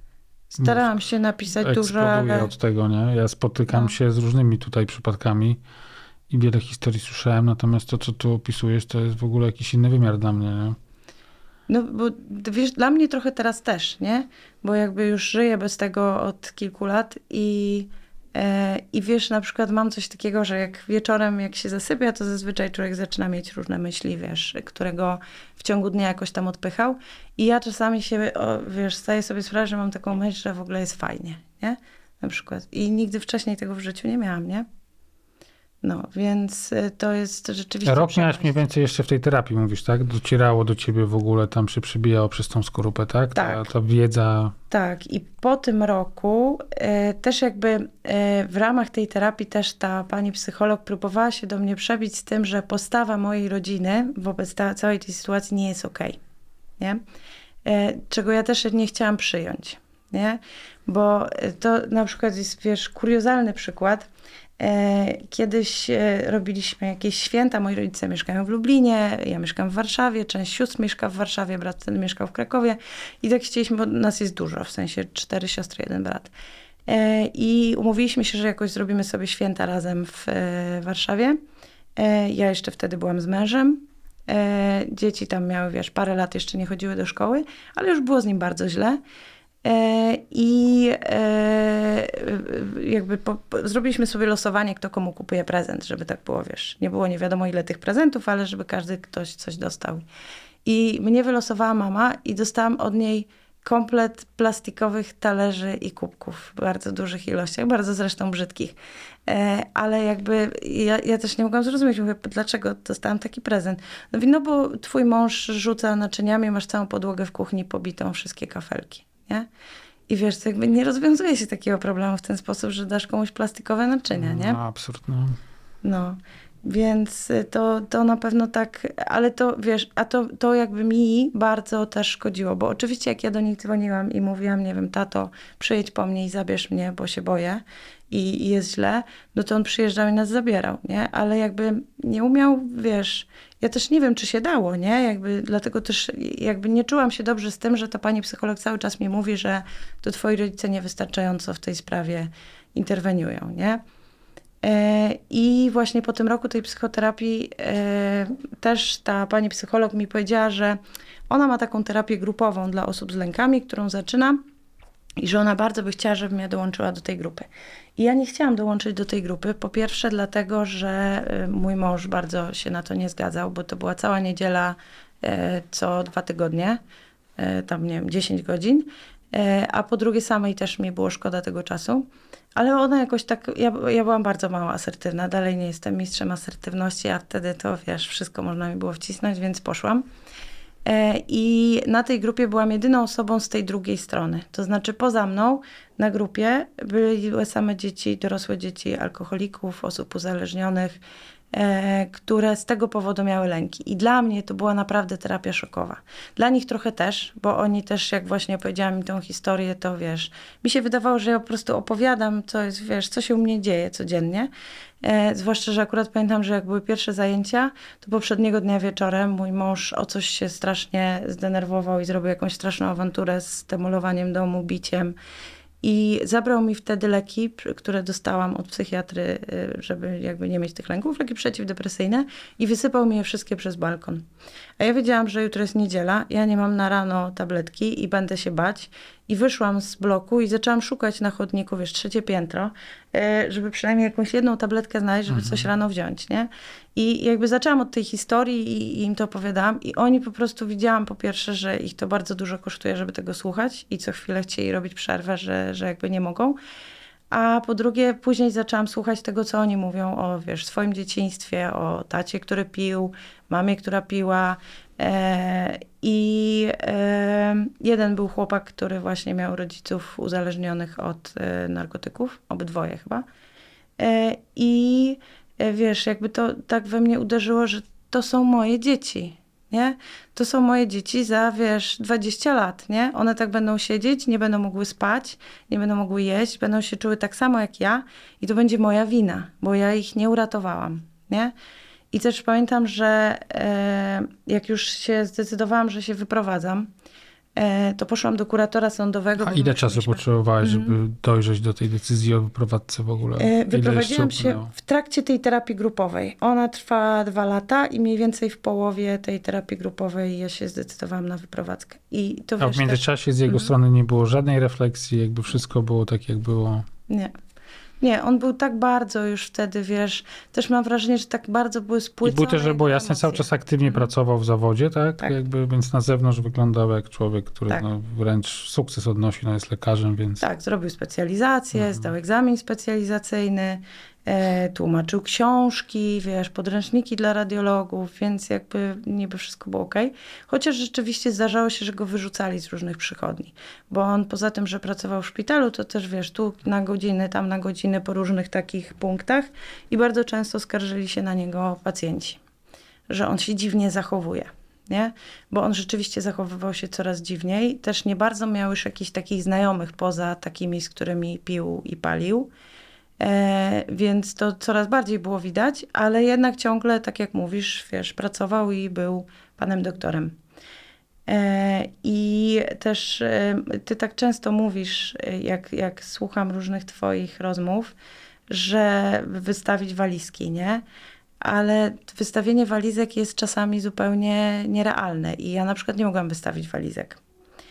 Starałam się napisać dużo, Eksploduję ale... od tego, nie? Ja spotykam No. się z różnymi tutaj przypadkami i wiele historii słyszałem, natomiast to, co tu opisujesz, to jest w ogóle jakiś inny wymiar dla mnie, nie? No bo wiesz, dla mnie trochę teraz też, nie? Bo jakby już żyję bez tego od kilku lat i, e, i wiesz, na przykład mam coś takiego, że jak wieczorem jak się zasypia, to zazwyczaj człowiek zaczyna mieć różne myśli, wiesz, którego w ciągu dnia jakoś tam odpychał. I ja czasami się, o, wiesz, zdaję sobie sprawę, że mam taką myśl, że w ogóle jest fajnie, nie? Na przykład. I nigdy wcześniej tego w życiu nie miałam, nie? No, więc to jest rzeczywiście... Rok miałaś mniej więcej jeszcze w tej terapii, mówisz, tak? Docierało do ciebie w ogóle, tam się przebijało przez tą skorupę, tak? Tak. Ta, ta wiedza... Tak, i po tym roku e, też jakby e, w ramach tej terapii też ta pani psycholog próbowała się do mnie przebić z tym, że postawa mojej rodziny wobec ta, całej tej sytuacji nie jest okej, nie? E, czego ja też nie chciałam przyjąć, nie? Bo to na przykład jest, wiesz, kuriozalny przykład. Kiedyś robiliśmy jakieś święta, moi rodzice mieszkają w Lublinie, ja mieszkam w Warszawie, część sióstr mieszka w Warszawie, brat ten mieszkał w Krakowie i tak chcieliśmy, bo nas jest dużo, w sensie cztery siostry, jeden brat. I umówiliśmy się, że jakoś zrobimy sobie święta razem w Warszawie. Ja jeszcze wtedy byłam z mężem. Dzieci tam miały, wiesz, parę lat jeszcze nie chodziły do szkoły, ale już było z nim bardzo źle. I jakby po, po, zrobiliśmy sobie losowanie, kto komu kupuje prezent, żeby tak było, wiesz. Nie było nie wiadomo ile tych prezentów, ale żeby każdy ktoś coś dostał. I mnie wylosowała mama i dostałam od niej komplet plastikowych talerzy i kubków w bardzo dużych ilościach, bardzo zresztą brzydkich. Ale jakby ja, ja też nie mogłam zrozumieć, mówię, dlaczego dostałam taki prezent. No, no bo twój mąż rzuca naczyniami, masz całą podłogę w kuchni pobitą, wszystkie kafelki. Nie? I wiesz, to jakby nie rozwiązuje się takiego problemu w ten sposób, że dasz komuś plastikowe naczynia, nie? No, absurd, no. No, więc to, to na pewno tak, ale to wiesz, a to, to jakby mi bardzo też szkodziło, bo oczywiście jak ja do nich dzwoniłam i mówiłam, nie wiem, tato, przyjedź po mnie i zabierz mnie, bo się boję i, i jest źle, no to on przyjeżdżał i nas zabierał, nie? Ale jakby nie umiał, wiesz, ja też nie wiem, czy się dało, nie? Jakby, dlatego też jakby nie czułam się dobrze z tym, że ta pani psycholog cały czas mi mówi, że to twoi rodzice niewystarczająco w tej sprawie interweniują, nie? I właśnie po tym roku tej psychoterapii też ta pani psycholog mi powiedziała, że ona ma taką terapię grupową dla osób z lękami, którą zaczyna i że ona bardzo by chciała, żebym ja dołączyła do tej grupy. I ja nie chciałam dołączyć do tej grupy, po pierwsze dlatego, że mój mąż bardzo się na to nie zgadzał, bo to była cała niedziela co dwa tygodnie, tam nie wiem, dziesięć godzin, a po drugie samej też mi było szkoda tego czasu. Ale ona jakoś tak, ja, ja byłam bardzo mało asertywna, dalej nie jestem mistrzem asertywności, a wtedy to, wiesz, wszystko można mi było wcisnąć, więc poszłam. I na tej grupie byłam jedyną osobą z tej drugiej strony. To znaczy poza mną na grupie były same dzieci, dorosłe dzieci alkoholików, osób uzależnionych, które z tego powodu miały lęki. I dla mnie to była naprawdę terapia szokowa. Dla nich trochę też, bo oni też, jak właśnie opowiedziałam mi tą historię, to wiesz, mi się wydawało, że ja po prostu opowiadam, co jest, wiesz, co się u mnie dzieje codziennie. E, zwłaszcza, że akurat pamiętam, że jak były pierwsze zajęcia, to poprzedniego dnia wieczorem mój mąż o coś się strasznie zdenerwował i zrobił jakąś straszną awanturę z demolowaniem domu, biciem. I zabrał mi wtedy leki, które dostałam od psychiatry, żeby jakby nie mieć tych lęków, leki przeciwdepresyjne i wysypał mi je wszystkie przez balkon. A ja wiedziałam, że jutro jest niedziela, ja nie mam na rano tabletki i będę się bać. I wyszłam z bloku i zaczęłam szukać na chodniku, wiesz, trzecie piętro, żeby przynajmniej jakąś jedną tabletkę znaleźć, żeby mhm. coś rano wziąć, nie? I jakby zaczęłam od tej historii i, i im to opowiadałam i oni po prostu widziałam po pierwsze, że ich to bardzo dużo kosztuje, żeby tego słuchać i co chwilę chcieli robić przerwę, że, że jakby nie mogą. A po drugie, później zaczęłam słuchać tego, co oni mówią o, wiesz, swoim dzieciństwie, o tacie, który pił, mamie, która piła. E, I e, jeden był chłopak, który właśnie miał rodziców uzależnionych od e, narkotyków, obydwoje chyba. E, I e, wiesz, jakby to tak we mnie uderzyło, że to są moje dzieci. Nie? To są moje dzieci za, wiesz, dwadzieścia lat, nie? One tak będą siedzieć, nie będą mogły spać, nie będą mogły jeść, będą się czuły tak samo jak ja i to będzie moja wina, bo ja ich nie uratowałam, nie? I też pamiętam, że e, jak już się zdecydowałam, że się wyprowadzam, e, to poszłam do kuratora sądowego. A ile czasu mieliśmy... potrzebowałaś, Mhm. żeby dojrzeć do tej decyzji o wyprowadzce w ogóle? E, Wyprowadziłam jeszcze się upłynęło? w trakcie tej terapii grupowej. Ona trwa dwa lata i mniej więcej w połowie tej terapii grupowej ja się zdecydowałam na wyprowadzkę. I to A wiesz, w międzyczasie z jego Mhm. strony nie było żadnej refleksji, jakby wszystko było tak, jak było. tak, nie. Nie, on był tak bardzo już wtedy, wiesz, też mam wrażenie, że tak bardzo były I spłycone był też, że było jego jasne, cały emocje. czas aktywnie Mhm. pracował w zawodzie, tak? Tak. Jakby, więc na zewnątrz wyglądał jak człowiek, który Tak. no, wręcz sukces odnosi, no jest lekarzem, więc... Tak, zrobił specjalizację, Mhm. zdał egzamin specjalizacyjny, e, tłumaczył książki, wiesz, podręczniki dla radiologów, więc jakby niby wszystko było okej. Chociaż rzeczywiście zdarzało się, że go wyrzucali z różnych przychodni, bo on poza tym, że pracował w szpitalu, to też wiesz, tu na godziny, tam na godziny po różnych takich punktach i bardzo często skarżyli się na niego pacjenci, że on się dziwnie zachowuje. Nie? Bo on rzeczywiście zachowywał się coraz dziwniej. Też nie bardzo miał już jakichś takich znajomych poza takimi, z którymi pił i palił. E, więc to coraz bardziej było widać, ale jednak ciągle, tak jak mówisz, wiesz, pracował i był panem doktorem. E, I też e, ty tak często mówisz, e, jak, jak słucham różnych twoich rozmów, że wystawić walizki, nie? Ale wystawienie walizek jest czasami zupełnie nierealne i ja na przykład nie mogłam wystawić walizek.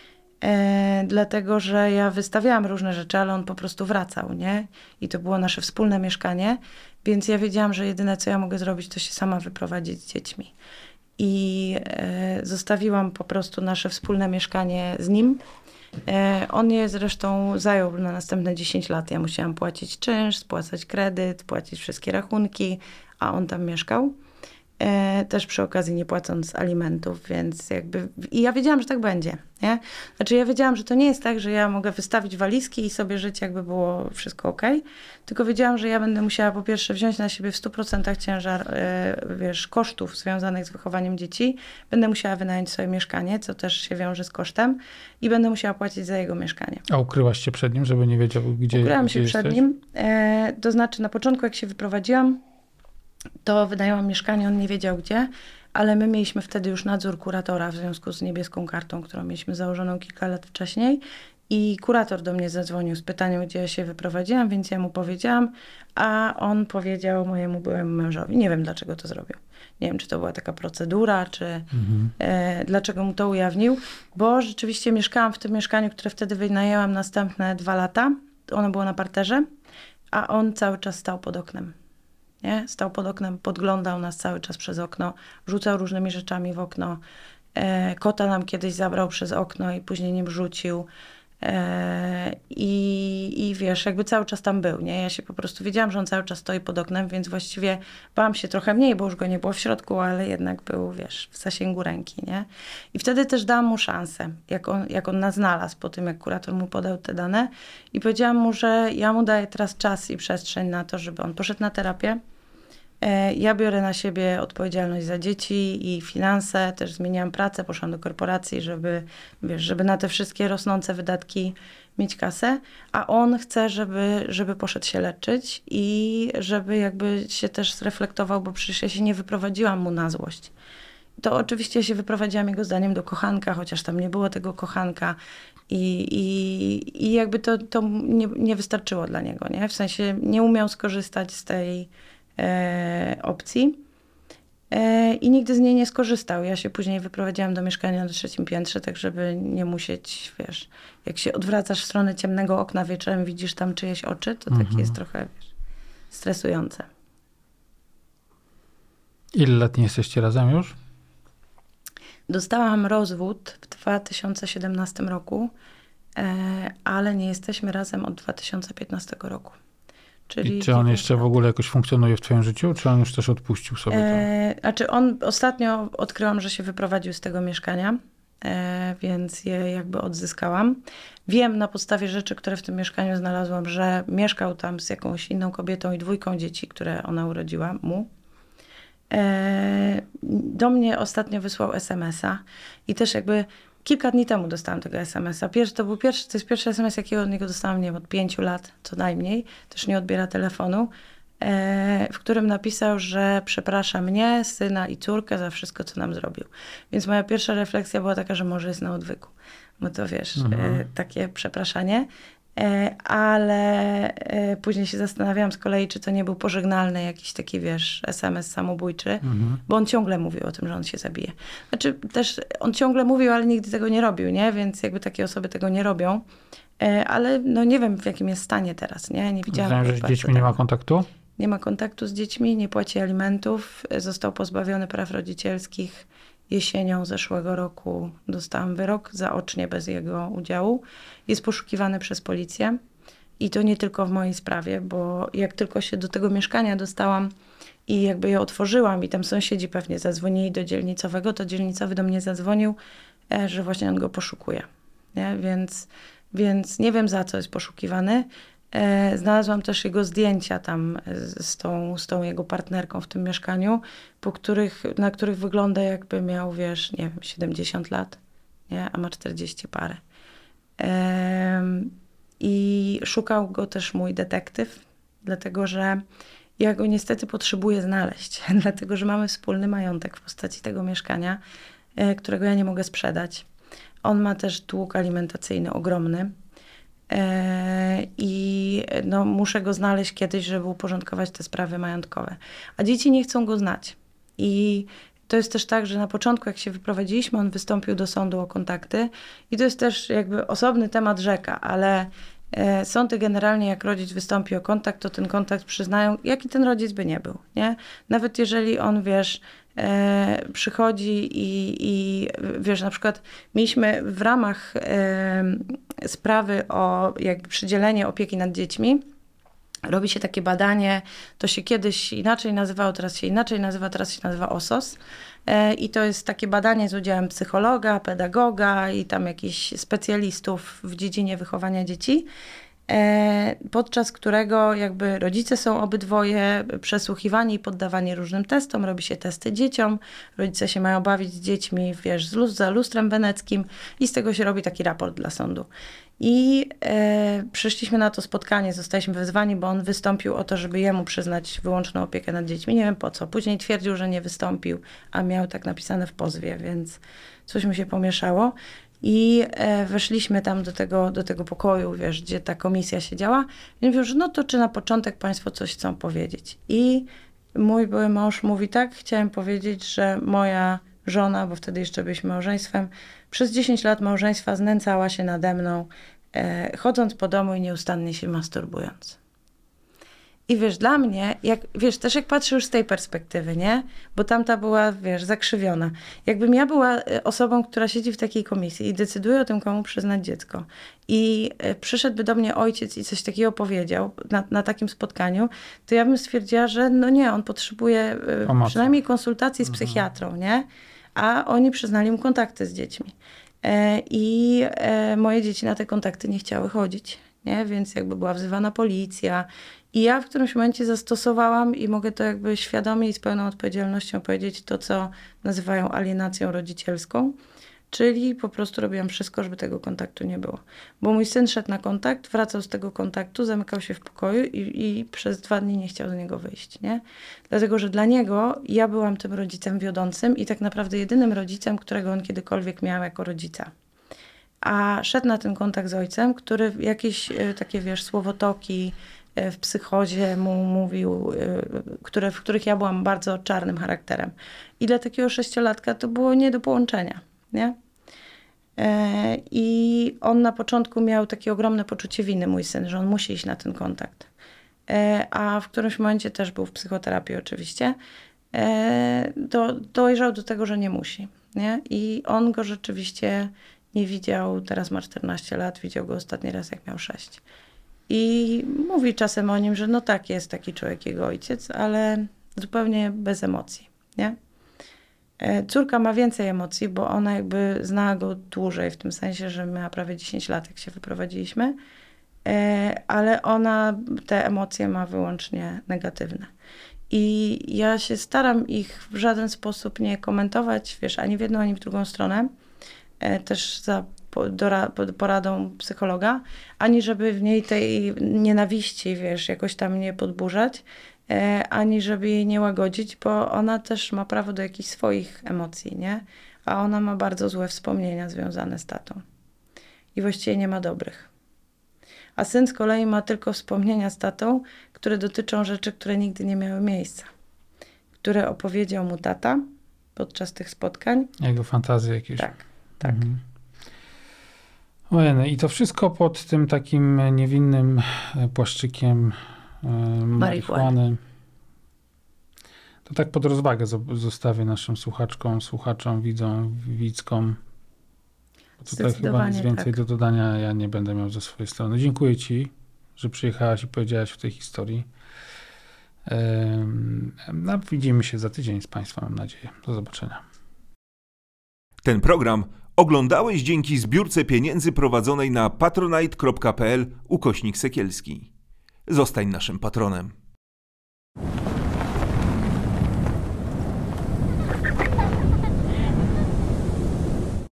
E, dlatego, że ja wystawiałam różne rzeczy, ale on po prostu wracał, nie? I to było nasze wspólne mieszkanie, więc ja wiedziałam, że jedyne, co ja mogę zrobić, to się sama wyprowadzić z dziećmi. I e, zostawiłam po prostu nasze wspólne mieszkanie z nim. E, on je zresztą zajął na następne dziesięć lat. Ja musiałam płacić czynsz, spłacać kredyt, płacić wszystkie rachunki, a on tam mieszkał. E, też przy okazji nie płacąc alimentów, więc jakby... I ja wiedziałam, że tak będzie, nie? Znaczy ja wiedziałam, że to nie jest tak, że ja mogę wystawić walizki i sobie żyć, jakby było wszystko okej, tylko wiedziałam, że ja będę musiała po pierwsze wziąć na siebie w stu procentach ciężar, e, wiesz, kosztów związanych z wychowaniem dzieci. Będę musiała wynająć sobie mieszkanie, co też się wiąże z kosztem i będę musiała płacić za jego mieszkanie. A ukryłaś się przed nim, żeby nie wiedział, gdzie, Ukryłam gdzie się jesteś? przed nim, e, to znaczy na początku, jak się wyprowadziłam, to wynajęłam mieszkanie, on nie wiedział gdzie, ale my mieliśmy wtedy już nadzór kuratora w związku z niebieską kartą, którą mieliśmy założoną kilka lat wcześniej. I kurator do mnie zadzwonił z pytaniem, gdzie ja się wyprowadziłam, więc ja mu powiedziałam, a on powiedział mojemu byłemu mężowi. Nie wiem, dlaczego to zrobił. Nie wiem, czy to była taka procedura, czy Mhm. e, dlaczego mu to ujawnił, bo rzeczywiście mieszkałam w tym mieszkaniu, które wtedy wynajęłam następne dwa lata. Ono było na parterze, a on cały czas stał pod oknem. Nie? Stał pod oknem, podglądał nas cały czas przez okno, rzucał różnymi rzeczami w okno. E, kota nam kiedyś zabrał przez okno i później nim rzucił. E, i, I wiesz, jakby cały czas tam był, nie? Ja się po prostu wiedziałam, że on cały czas stoi pod oknem, więc właściwie bałam się trochę mniej, bo już go nie było w środku, ale jednak był, wiesz, w zasięgu ręki, nie? I wtedy też dałam mu szansę, jak on, jak on nas znalazł po tym, jak kurator mu podał te dane i powiedziałam mu, że ja mu daję teraz czas i przestrzeń na to, żeby on poszedł na terapię. Ja biorę na siebie odpowiedzialność za dzieci i finanse, też zmieniałam pracę, poszłam do korporacji, żeby, wiesz, żeby na te wszystkie rosnące wydatki mieć kasę, a on chce, żeby, żeby poszedł się leczyć i żeby jakby się też zreflektował, bo przecież ja się nie wyprowadziłam mu na złość. To oczywiście się wyprowadziłam jego zdaniem do kochanka, chociaż tam nie było tego kochanka i, i, i jakby to, to nie, nie wystarczyło dla niego, nie? W sensie nie umiał skorzystać z tej E, opcji e, i nigdy z niej nie skorzystał. Ja się później wyprowadziłam do mieszkania na trzecim piętrze, tak żeby nie musieć, wiesz, jak się odwracasz w stronę ciemnego okna wieczorem, widzisz tam czyjeś oczy, to Mhm. takie jest trochę, wiesz, stresujące. Ile lat nie jesteście razem już? Dostałam rozwód w dwa tysiące siedemnastym roku, e, ale nie jesteśmy razem od dwa tysiące piętnastego roku. Czyli I czy on dziewięć jeszcze lat. w ogóle jakoś funkcjonuje w twoim życiu, czy on już też odpuścił sobie to? E, znaczy on ostatnio odkryłam, że się wyprowadził z tego mieszkania, e, więc je jakby odzyskałam. Wiem na podstawie rzeczy, które w tym mieszkaniu znalazłam, że mieszkał tam z jakąś inną kobietą i dwójką dzieci, które ona urodziła mu. E, do mnie ostatnio wysłał es em es a i też jakby kilka dni temu dostałam tego es em es a. Pierwszy, to był pierwszy, to jest pierwszy es em es, jakiego od niego dostałam, nie wiem, od pięciu lat co najmniej. Też nie odbiera telefonu. E, w którym napisał, że przeprasza mnie, syna i córkę za wszystko, co nam zrobił. Więc moja pierwsza refleksja była taka, że może jest na odwyku. bo to wiesz, Mhm. e, takie przepraszanie. E, ale e, później się zastanawiałam z kolei, czy to nie był pożegnalny jakiś taki, wiesz, es em es samobójczy, Mhm. bo on ciągle mówił o tym, że on się zabije. Znaczy też on ciągle mówił, ale nigdy tego nie robił, nie? Więc jakby takie osoby tego nie robią. E, ale no nie wiem, w jakim jest stanie teraz, nie? Nie widziałam. Rozumiem, że jak z bardzo dziećmi nie tam- ma kontaktu? Nie ma kontaktu z dziećmi, nie płaci alimentów, został pozbawiony praw rodzicielskich. Jesienią zeszłego roku dostałam wyrok zaocznie bez jego udziału. Jest poszukiwany przez policję i to nie tylko w mojej sprawie, bo jak tylko się do tego mieszkania dostałam i jakby je otworzyłam i tam sąsiedzi pewnie zadzwonili do dzielnicowego, to dzielnicowy do mnie zadzwonił, e, że właśnie on go poszukuje. Nie? Więc, więc nie wiem, za co jest poszukiwany. E, Znalazłam też jego zdjęcia tam z, z, tą, z tą jego partnerką w tym mieszkaniu, po których, na których wygląda jakby miał, wiesz, nie wiem, siedemdziesiąt lat, nie? A ma czterdzieści parę. Em, I szukał go też mój detektyw, dlatego że ja go niestety potrzebuję znaleźć, dlatego że mamy wspólny majątek w postaci tego mieszkania, e, którego ja nie mogę sprzedać. On ma też dług alimentacyjny ogromny. E, I no, muszę go znaleźć kiedyś, żeby uporządkować te sprawy majątkowe. A dzieci nie chcą go znać. I to jest też tak, że na początku, jak się wyprowadziliśmy, on wystąpił do sądu o kontakty. I to jest też jakby osobny temat rzeka, ale e, sądy generalnie, jak rodzic wystąpi o kontakt, to ten kontakt przyznają, jaki ten rodzic by nie był, nie? Nawet jeżeli on, wiesz, e, przychodzi i, i wiesz, na przykład mieliśmy w ramach e, sprawy o jakby przydzielenie opieki nad dziećmi, robi się takie badanie, to się kiedyś inaczej nazywało, teraz się inaczej nazywa, teraz się nazywa O S O S. E, I to jest takie badanie z udziałem psychologa, pedagoga i tam jakichś specjalistów w dziedzinie wychowania dzieci, e, podczas którego jakby rodzice są obydwoje przesłuchiwani i poddawani różnym testom, robi się testy dzieciom, rodzice się mają bawić z dziećmi, wiesz, z lus- za lustrem weneckim i z tego się robi taki raport dla sądu. I e, przyszliśmy na to spotkanie, zostaliśmy wezwani, bo on wystąpił o to, żeby jemu przyznać wyłączną opiekę nad dziećmi. Nie wiem po co. Później twierdził, że nie wystąpił, a miał tak napisane w pozwie, więc coś mi się pomieszało. I e, weszliśmy tam do tego, do tego pokoju, wiesz, gdzie ta komisja siedziała. I mówią, że no to czy na początek państwo coś chcą powiedzieć. I mój były mąż mówi tak, chciałem powiedzieć, że moja żona, bo wtedy jeszcze byliśmy małżeństwem, przez dziesięć lat małżeństwa znęcała się nade mną, e, chodząc po domu i nieustannie się masturbując. I wiesz, dla mnie, jak, wiesz, też jak patrzę już z tej perspektywy, nie? Bo tamta była, wiesz, zakrzywiona. Jakbym ja była osobą, która siedzi w takiej komisji i decyduje o tym, komu przyznać dziecko i e, przyszedłby do mnie ojciec i coś takiego powiedział na, na takim spotkaniu, to ja bym stwierdziła, że no nie, on potrzebuje e, Pomocy. przynajmniej konsultacji z psychiatrą, nie? A oni przyznali mu kontakty z dziećmi. E, I e, moje dzieci na te kontakty nie chciały chodzić, nie? Więc jakby była wzywana policja. I ja w którymś momencie zastosowałam i mogę to jakby świadomie i z pełną odpowiedzialnością powiedzieć to, co nazywają alienacją rodzicielską. Czyli po prostu robiłam wszystko, żeby tego kontaktu nie było. Bo mój syn szedł na kontakt, wracał z tego kontaktu, zamykał się w pokoju i, i przez dwa dni nie chciał do niego wyjść, nie? Dlatego, że dla niego ja byłam tym rodzicem wiodącym i tak naprawdę jedynym rodzicem, którego on kiedykolwiek miał jako rodzica. A szedł na ten kontakt z ojcem, który jakieś y, takie, wiesz, słowotoki y, w psychozie mu mówił, y, które, w których ja byłam bardzo czarnym charakterem. I dla takiego sześciolatka to było nie do połączenia, nie? E, I on na początku miał takie ogromne poczucie winy, mój syn, że on musi iść na ten kontakt. E, a w którymś momencie też był w psychoterapii oczywiście. E, do, dojrzał do tego, że nie musi, nie? I on go rzeczywiście nie widział, teraz ma czternaście lat, widział go ostatni raz, jak miał sześć. I mówi czasem o nim, że no tak, jest taki człowiek, jego ojciec, ale zupełnie bez emocji, nie? Córka ma więcej emocji, bo ona jakby zna go dłużej, w tym sensie, że miała prawie dziesięć lat, jak się wyprowadziliśmy, ale ona te emocje ma wyłącznie negatywne. I ja się staram ich w żaden sposób nie komentować, wiesz, ani w jedną, ani w drugą stronę, też za poradą psychologa, ani żeby w niej tej nienawiści, wiesz, jakoś tam nie podburzać, ani żeby jej nie łagodzić, bo ona też ma prawo do jakichś swoich emocji, nie? A ona ma bardzo złe wspomnienia związane z tatą. i właściwie nie ma dobrych. A syn z kolei ma tylko wspomnienia z tatą, które dotyczą rzeczy, które nigdy nie miały miejsca. Które opowiedział mu tata podczas tych spotkań. Jego fantazje jakieś. Tak, tak. Mhm. Ojej, i to wszystko pod tym takim niewinnym płaszczykiem e, marihuany. To tak pod rozwagę zostawię naszym słuchaczkom, słuchaczom, widzom, widzkom. Tutaj chyba nic więcej tak. do dodania ja nie będę miał ze swojej strony. Dziękuję ci, że przyjechałaś i powiedziałaś w tej historii. No, widzimy się za tydzień z Państwem, mam nadzieję. Do zobaczenia. Ten program oglądałeś dzięki zbiórce pieniędzy prowadzonej na patronite.pl ukośnik Sekielski. Zostań naszym patronem.